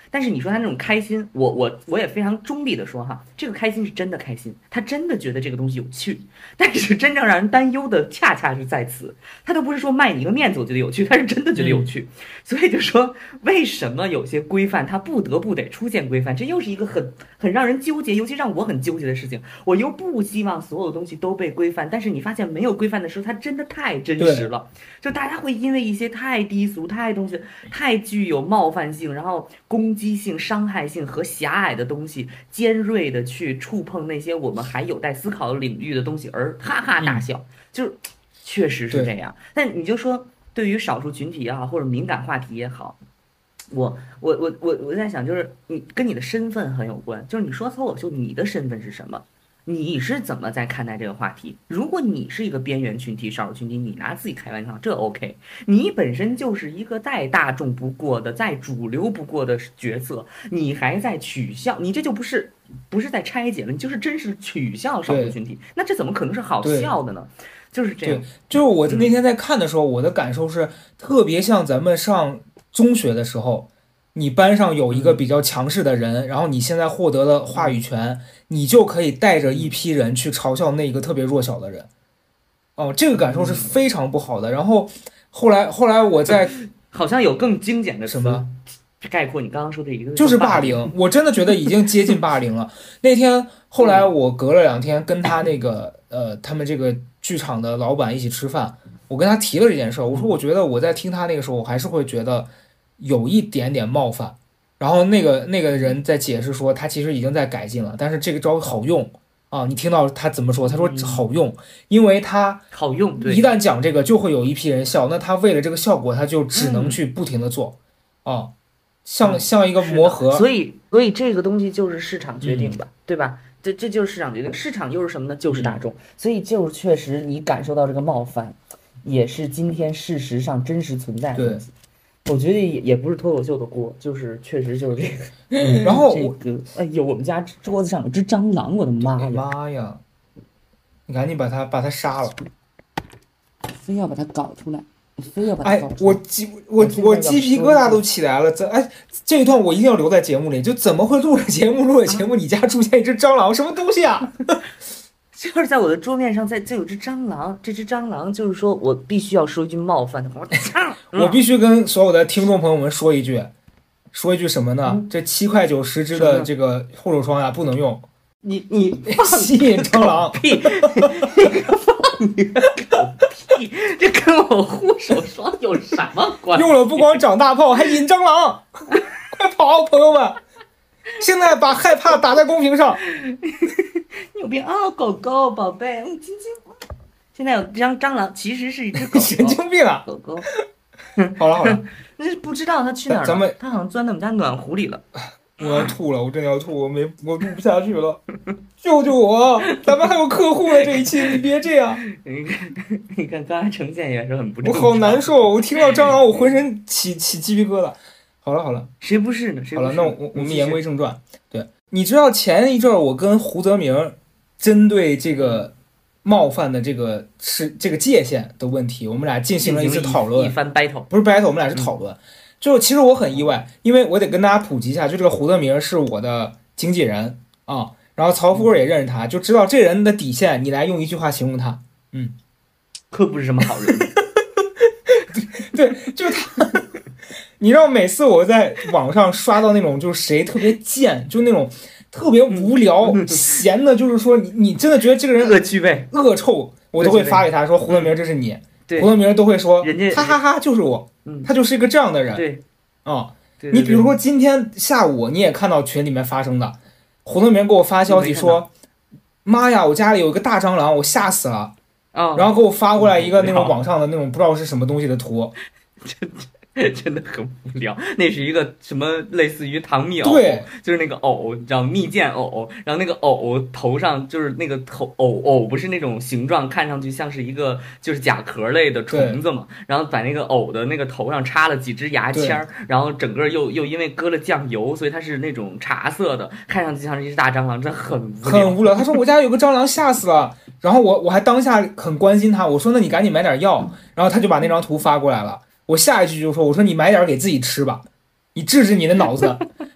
但是你说他那种开心，我也非常中立的说哈，这个开心是真的开心，他真的觉得这个东西有趣。但是真正让人担忧的恰恰是在此，他都不是说卖你一个面子我觉得有趣，他是真的觉得有趣。所以就说为什么有些规范它不得不得出现规范，这又是一个很让人纠结，尤其让我很纠结的事情。我又不希望所有东西都被规范，但是你发现没有规范的时候，它真的太真实了。就大家会因为一些太低俗、太具有冒犯性，然后攻击性、伤害性和狭隘的东西，尖锐的去触碰那些我们还有待思考的领域的东西，而哈哈大笑，就是确实是这样。但你就说，对于少数群体也好，或者敏感话题也好，我在想，就是你跟你的身份很有关，就是你说脱口秀，你的身份是什么？你是怎么在看待这个话题？如果你是一个边缘群体、少数群体，你拿自己开玩笑，这 OK。你本身就是一个再大众不过的、再主流不过的角色，你还在取笑，你这就不是在拆解了，你就是真是取笑少数群体，那这怎么可能是好笑的呢？就是这样。 就是我那天在看的时候，我的感受是特别像咱们上中学的时候。你班上有一个比较强势的人，然后你现在获得了话语权，你就可以带着一批人去嘲笑那个特别弱小的人。哦，这个感受是非常不好的。然后后来我在好像有更精简的什么概括你刚刚说的一个， 就是霸凌。我真的觉得已经接近霸凌了。那天后来我隔了2天跟他那个他们这个剧场的老板一起吃饭，我跟他提了这件事儿，我说我觉得我在听他那个时候，我还是会觉得有一点点冒犯。然后那个人在解释说他其实已经在改进了，但是这个招好用啊！你听到他怎么说？他说好用，因为他好用，对， 一旦讲这个就会有一批人笑，那他为了这个效果他就只能去不停的做啊，像一个磨合。 所以这个东西就是市场决定吧，对吧？这就是市场决定，市场又是什么呢？就是大众。所以就确实你感受到这个冒犯，也是今天事实上真实存在的东西。我觉得也不是脱口秀的锅，就是确实就是这个。 然后这个，哎呦，我们家桌子上有只蟑螂，我的妈呀！ 妈呀！你赶紧把它杀了， 非要把它搞出来，非要把它搞出来。我鸡皮疙瘩都起来了。这一段我一定要留在节目里。就怎么会录着节目，你家出现一只蟑螂，什么东西啊？ 就是在我的桌面上，就有只蟑螂。这只蟑螂就是说我必须要说一句冒犯的话， 我必须跟所有的听众朋友们说一句什么呢？这7块9、10支的这个护手霜呀，不能用。 你吸引蟑螂屁！你个狗屁！这跟我护手霜有什么关系？ 用了不光长大泡，还引蟑螂！快跑，朋友们！现在把害怕打在公屏上。 你有病啊，狗狗宝贝，亲亲。现在有蟑螂，其实是一只狗狗。 神经病啊！ 狗狗。 好了， 那是不知道它去哪儿了。它好像钻到我们家暖壶里了。 我要吐了，我真的要吐，我录不下去了，救救我！咱们还有客户呢，这一期你别这样。 你看刚才呈现也是很不正常，我好难受，我听到蟑螂我浑身起鸡皮疙瘩。好了， 谁不是呢？ 好了，那我们言归正传。对，你知道前一阵我跟胡泽明针对这个冒犯的这个界限的问题，我们俩进行了一次讨论， 一番 battle， 不是 battle， 我们俩是讨论。就其实我很意外，因为我得跟大家普及一下，就这个胡泽明是我的经纪人啊，然后曹富贵也认识他，就知道这人的底线，你来用一句话形容他， 可不是什么好人。 对，就他，你知道每次我在网上刷到那种就是谁特别贱，就那种特别无聊、闲的，就是说你真的觉得这个人恶趣味、 恶臭，我都会发给他说胡泽明这是你，胡泽明都会说哈哈哈就是我。他就是一个这样的人， 对， 你比如说今天下午你也看到群里面发生的，胡泽明给我发消息说，妈呀，我家里有一个大蟑螂，我吓死了，然后给我发过来一个那种网上的那种不知道是什么东西的图， 真的很无聊，那是一个什么类似于唐蜜偶， 对， 就是那个偶，你知道蜜饯偶，然后那个偶头上就是那个偶不是那种形状，看上去像是一个就是甲壳类的虫子嘛，然后把那个偶的那个头上插了几支牙签，然后整个又因为搁了酱油，所以它是那种茶色的，看上去像是一只大蟑螂，真很无聊。他说我家有个蟑螂吓死了，然后我还当下很关心他，我说那你赶紧买点药，然后他就把那张图发过来了。我下一句就说：“我说你买点给自己吃吧，你治治你的脑子。”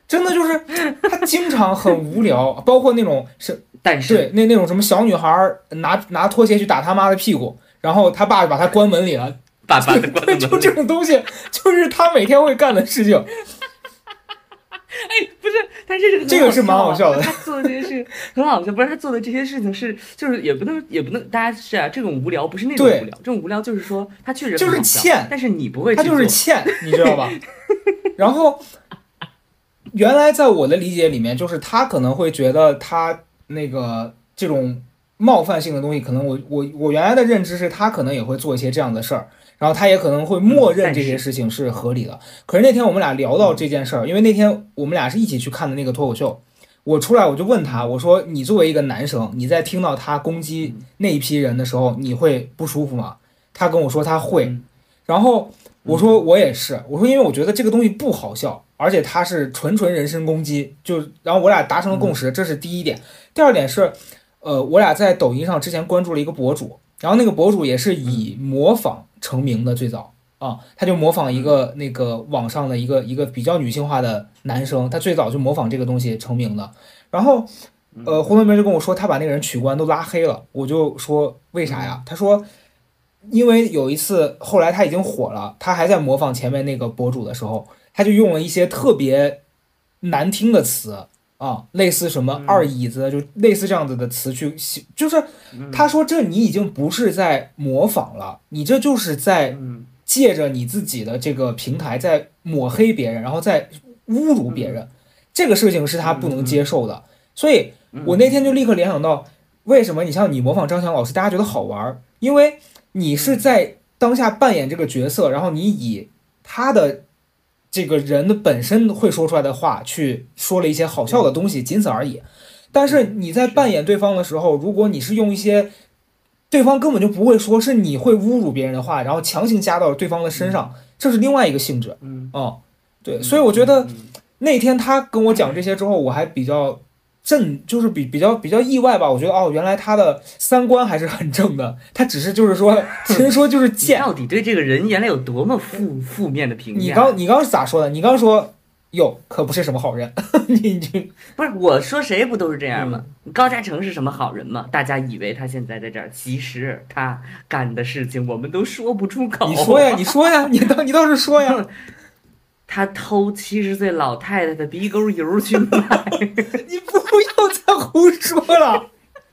真的就是他经常很无聊，包括那种但是对那种什么小女孩拿拖鞋去打他妈的屁股，然后他爸把他关门里了， 把他关门里， 就这种东西，就是他每天会干的事情。 哎，不是，但是这个是蛮好笑的。 他做的这些事情很好笑，不是他做的这些事情就是也不能，大家是啊，这种无聊不是那种无聊，这种无聊就是说他确实就是欠， 但是你不会， 他就是欠，你知道吧？然后原来在我的理解里面，就是他可能会觉得他那个这种冒犯性的东西，可能我原来的认知是他可能也会做一些这样的事儿。然后他也可能会默认这些事情是合理的。可是那天我们俩聊到这件事儿，因为那天我们俩是一起去看的那个脱口秀，我出来我就问他，我说你作为一个男生，你在听到他攻击那一批人的时候，你会不舒服吗？他跟我说他会，然后我说我也是，我说因为我觉得这个东西不好笑，而且他是纯人身攻击，然后我俩达成了共识，这是第一点。第二点是，我俩在抖音上之前关注了一个博主，然后那个博主也是以模仿成名的，最早啊，他就模仿一个那个网上的一个比较女性化的男生，他最早就模仿这个东西成名的。然后胡同明就跟我说他把那个人取关都拉黑了，我就说为啥呀？他说因为有一次后来他已经火了，他还在模仿前面那个博主的时候，他就用了一些特别难听的词啊，类似什么二椅子，就类似这样子的词去，就是他说这你已经不是在模仿了，你这就是在借着你自己的这个平台在抹黑别人，然后在侮辱别人，这个事情是他不能接受的。所以我那天就立刻联想到，为什么你像你模仿张翔老师，大家觉得好玩，因为你是在当下扮演这个角色，然后你以他的这个人的本身会说出来的话去说了一些好笑的东西，仅此而已。但是你在扮演对方的时候，如果你是用一些对方根本就不会说，是你会侮辱别人的话，然后强行加到对方的身上，这是另外一个性质。对，所以我觉得那天他跟我讲这些之后，我还比较就是比较意外吧。我觉得原来他的三观还是很正的，他只是就是说，其实说就是贱。 到底对这个人原来有多么负面的评价？ 你刚是咋说的？你刚说哟，可不是什么好人。你不是我说谁不都是这样吗？高嘉诚是什么好人吗？大家以为他现在在这儿，其实他干的事情我们都说不出口。 你说呀，你倒是说呀。 他偷70岁老太太的鼻沟油去卖。 你不要再胡说了。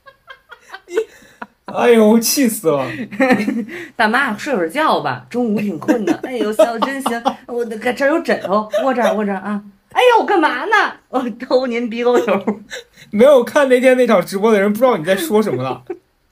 哎呦，气死了！ 大妈睡会儿觉吧，中午挺困的。哎呦，笑得真行，我这儿有枕头，窝这儿啊。哎呦，我干嘛呢？我偷您鼻沟油。 没有看那天那场直播的人不知道你在说什么了。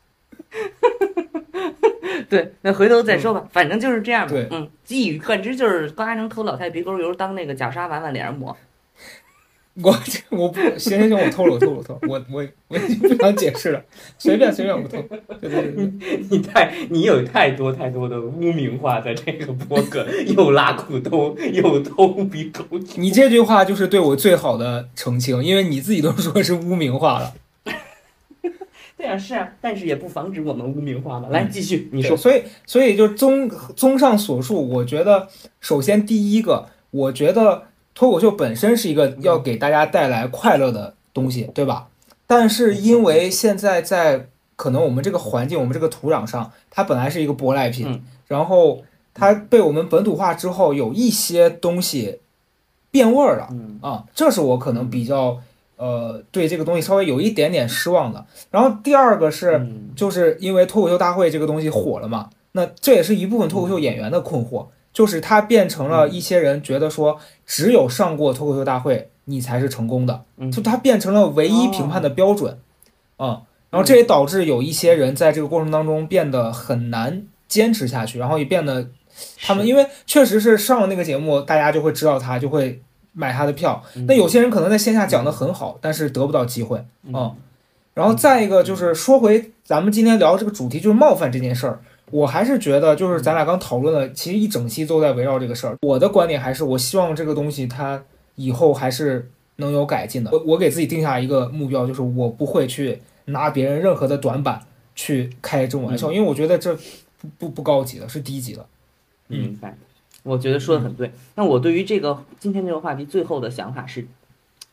对，那回头再说吧，反正就是这样吧。 对， 一语贯之就是高嘉诚偷老太鼻沟油当那个假沙碗脸上抹。 我不行，我偷了，我不想解释了，随便我偷。对， 你有太多的污名化在这个博客，又拉裤兜，又偷鼻沟。 你这句话就是对我最好的澄清，因为你自己都说是污名化了。 对啊，是啊，但是也不防止我们污名化嘛。来，继续你说。 所以就综上所述，我觉得首先第一个，我觉得脱口秀本身是一个要给大家带来快乐的东西，对吧？但是因为现在在可能我们这个环境，我们这个土壤上，它本来是一个舶来品，然后它被我们本土化之后，有一些东西变味儿了啊，这是我可能比较对这个东西稍微有一点点失望的。然后第二个是，就是因为脱口秀大会这个东西火了嘛，那这也是一部分脱口秀演员的困惑。就是它变成了一些人觉得说，只有上过脱口秀大会，你才是成功的，就它变成了唯一评判的标准，然后这也导致有一些人在这个过程当中变得很难坚持下去，然后也变得他们因为确实是上了那个节目，大家就会知道他，就会买他的票。那有些人可能在线下讲得很好，但是得不到机会然后再一个就是说回咱们今天聊这个主题，就是冒犯这件事儿。我还是觉得，就是咱俩刚讨论了，其实一整期都在围绕这个事儿。我的观点还是，我希望这个东西它以后还是能有改进的。我给自己定下一个目标，就是我不会去拿别人任何的短板去开这种玩笑，因为我觉得这不高级的，是低级的。 明白，我觉得说的很对。那我对于这个今天这个话题最后的想法是，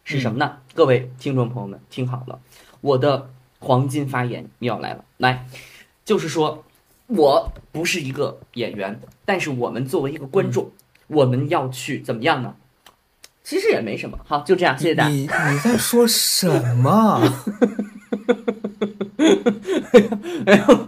是什么呢？各位听众朋友们，听好了，我的黄金发言要来了，来，就是说我不是一个演员，但是我们作为一个观众，我们要去怎么样呢？其实也没什么，好，就这样，谢谢大家。 你在说什么？ 哎呦，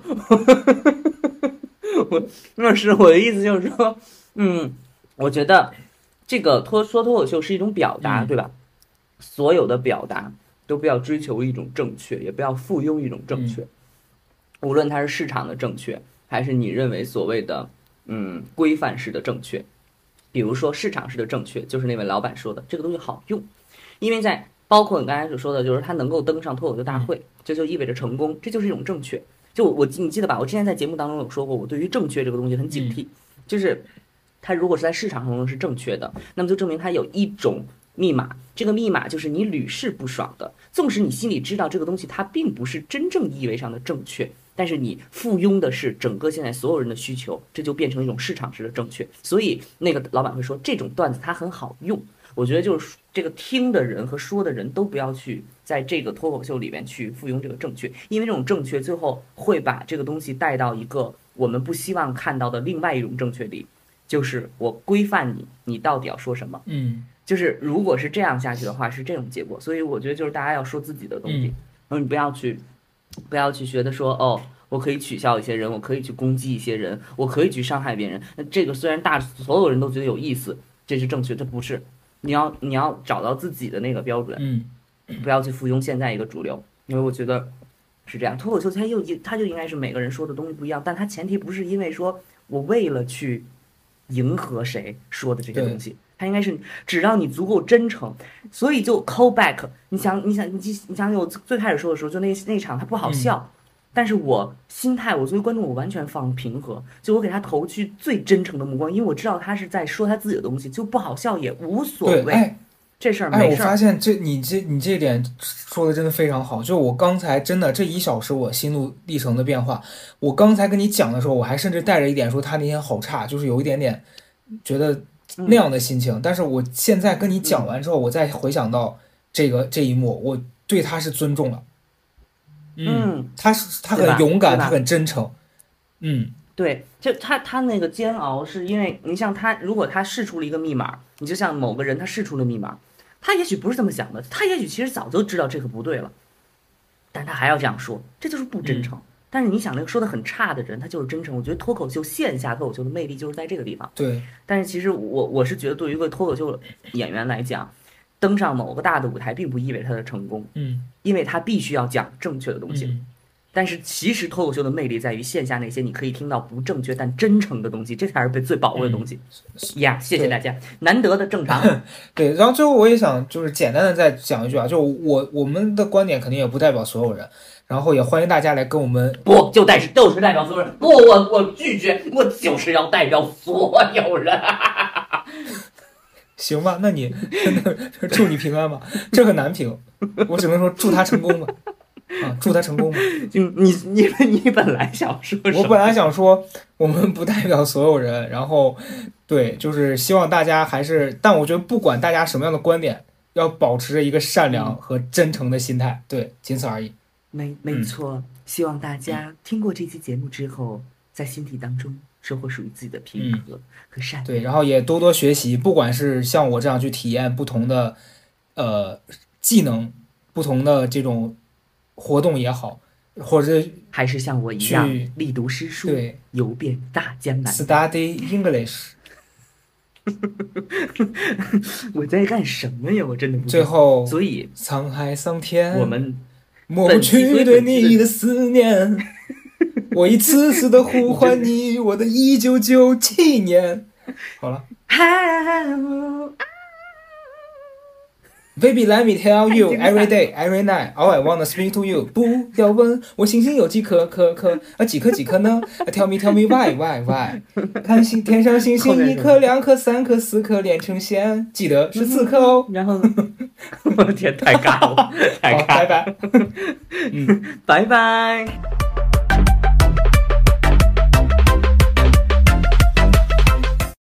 我的意思就是说，我觉得这个脱口秀是一种表达，对吧？所有的表达都不要追求一种正确，也不要附庸一种正确，无论它是市场的正确，还是你认为所谓的规范式的正确。比如说市场式的正确，就是那位老板说的这个东西好用，因为在包括你刚才所说的，就是他能够登上脱口秀大会，这就意味着成功，这就是一种正确。就你记得吧？我之前在节目当中有说过，我对于正确这个东西很警惕，就是它如果是在市场当中是正确的，那么就证明它有一种密码，这个密码就是你屡试不爽的，纵使你心里知道这个东西它并不是真正意味上的正确，但是你附庸的是整个现在所有人的需求，这就变成一种市场式的正确。所以那个老板会说这种段子它很好用。我觉得就是这个听的人和说的人都不要去在这个脱口秀里面去附庸这个正确，因为这种正确最后会把这个东西带到一个我们不希望看到的另外一种正确里，就是我规范你到底要说什么。就是如果是这样下去的话，是这种结果。所以我觉得就是大家要说自己的东西，然后你不要去学的说哦，我可以取笑一些人，我可以去攻击一些人，我可以去伤害别人。那这个虽然所有人都觉得有意思，这是正确，这不是。你要找到自己的那个标准，不要去附庸现在一个主流，因为我觉得是这样。脱口秀它就应该是每个人说的东西不一样，但它前提不是因为说我为了去迎合谁说的这些东西，它应该是只要你足够真诚，所以就 call back。你想我最开始说的时候，就那场它不好笑。但是我心态，我作为观众，我完全放平和，就我给他投去最真诚的目光，因为我知道他是在说他自己的东西，就不好笑也无所谓。这事儿没事儿。 我发现你这点说的真的非常好。就我刚才真的这1小时我心路历程的变化，我刚才跟你讲的时候，我还甚至带着一点说他那天好差，就是有一点点觉得那样的心情。但是我现在跟你讲完之后，我再回想到这一幕，我对他是尊重了。他很勇敢，他很真诚。 对，就他那个煎熬，是因为你像他，如果他试出了一个密码，你就像某个人他试出了密码，他也许不是这么想的，他也许其实早就知道这个不对了，但他还要这样说，这就是不真诚。但是你想那个说的很差的人，他就是真诚。我觉得线下脱口秀的魅力就是在这个地方。 对。 但是其实我是觉得，对于一个脱口秀演员来讲，登上某个大的舞台并不意味着他的成功，因为他必须要讲正确的东西。但是其实脱口秀的魅力在于线下那些你可以听到不正确但真诚的东西，这才是被最宝贵的东西。谢谢大家，难得的正常。 对，然后最后我也想就是简单的再讲一句啊，就我们的观点肯定也不代表所有人，然后也欢迎大家来跟我们就是代表所有人。我拒绝，我就是要代表所有人。 行吧，那你祝你平安吧，这很难评，我只能说祝他成功吧。祝他成功吧。 你本来想说什么？ 我本来想说我们不代表所有人，然后对，就是希望大家还是，但我觉得不管大家什么样的观点，要保持着一个善良和真诚的心态，对，仅此而已。 没错，希望大家听过这期节目之后，在心底当中收获属于自己的平和和善良。 对，然后也多多学习，不管是像我这样去体验不同的技能，不同的这种活动也好，或者还是像我一样力读诗书，对，游遍大江南北。 Study English。 我在干什么呀？我真的不知道。 最后， 所以沧海桑田， 我们抹不去对你的思念。我一次次的呼唤你，我的1997年。好了。Baby, let me tell you, every day, every night, all I wanna speak to you. 不要问我星星有几颗，几颗呢？Tell me, why? 看天上星星1颗、2颗、3颗、4颗连成线，记得是4颗哦。 然后，我的天，太尬了，太尬了。 拜拜。 拜拜。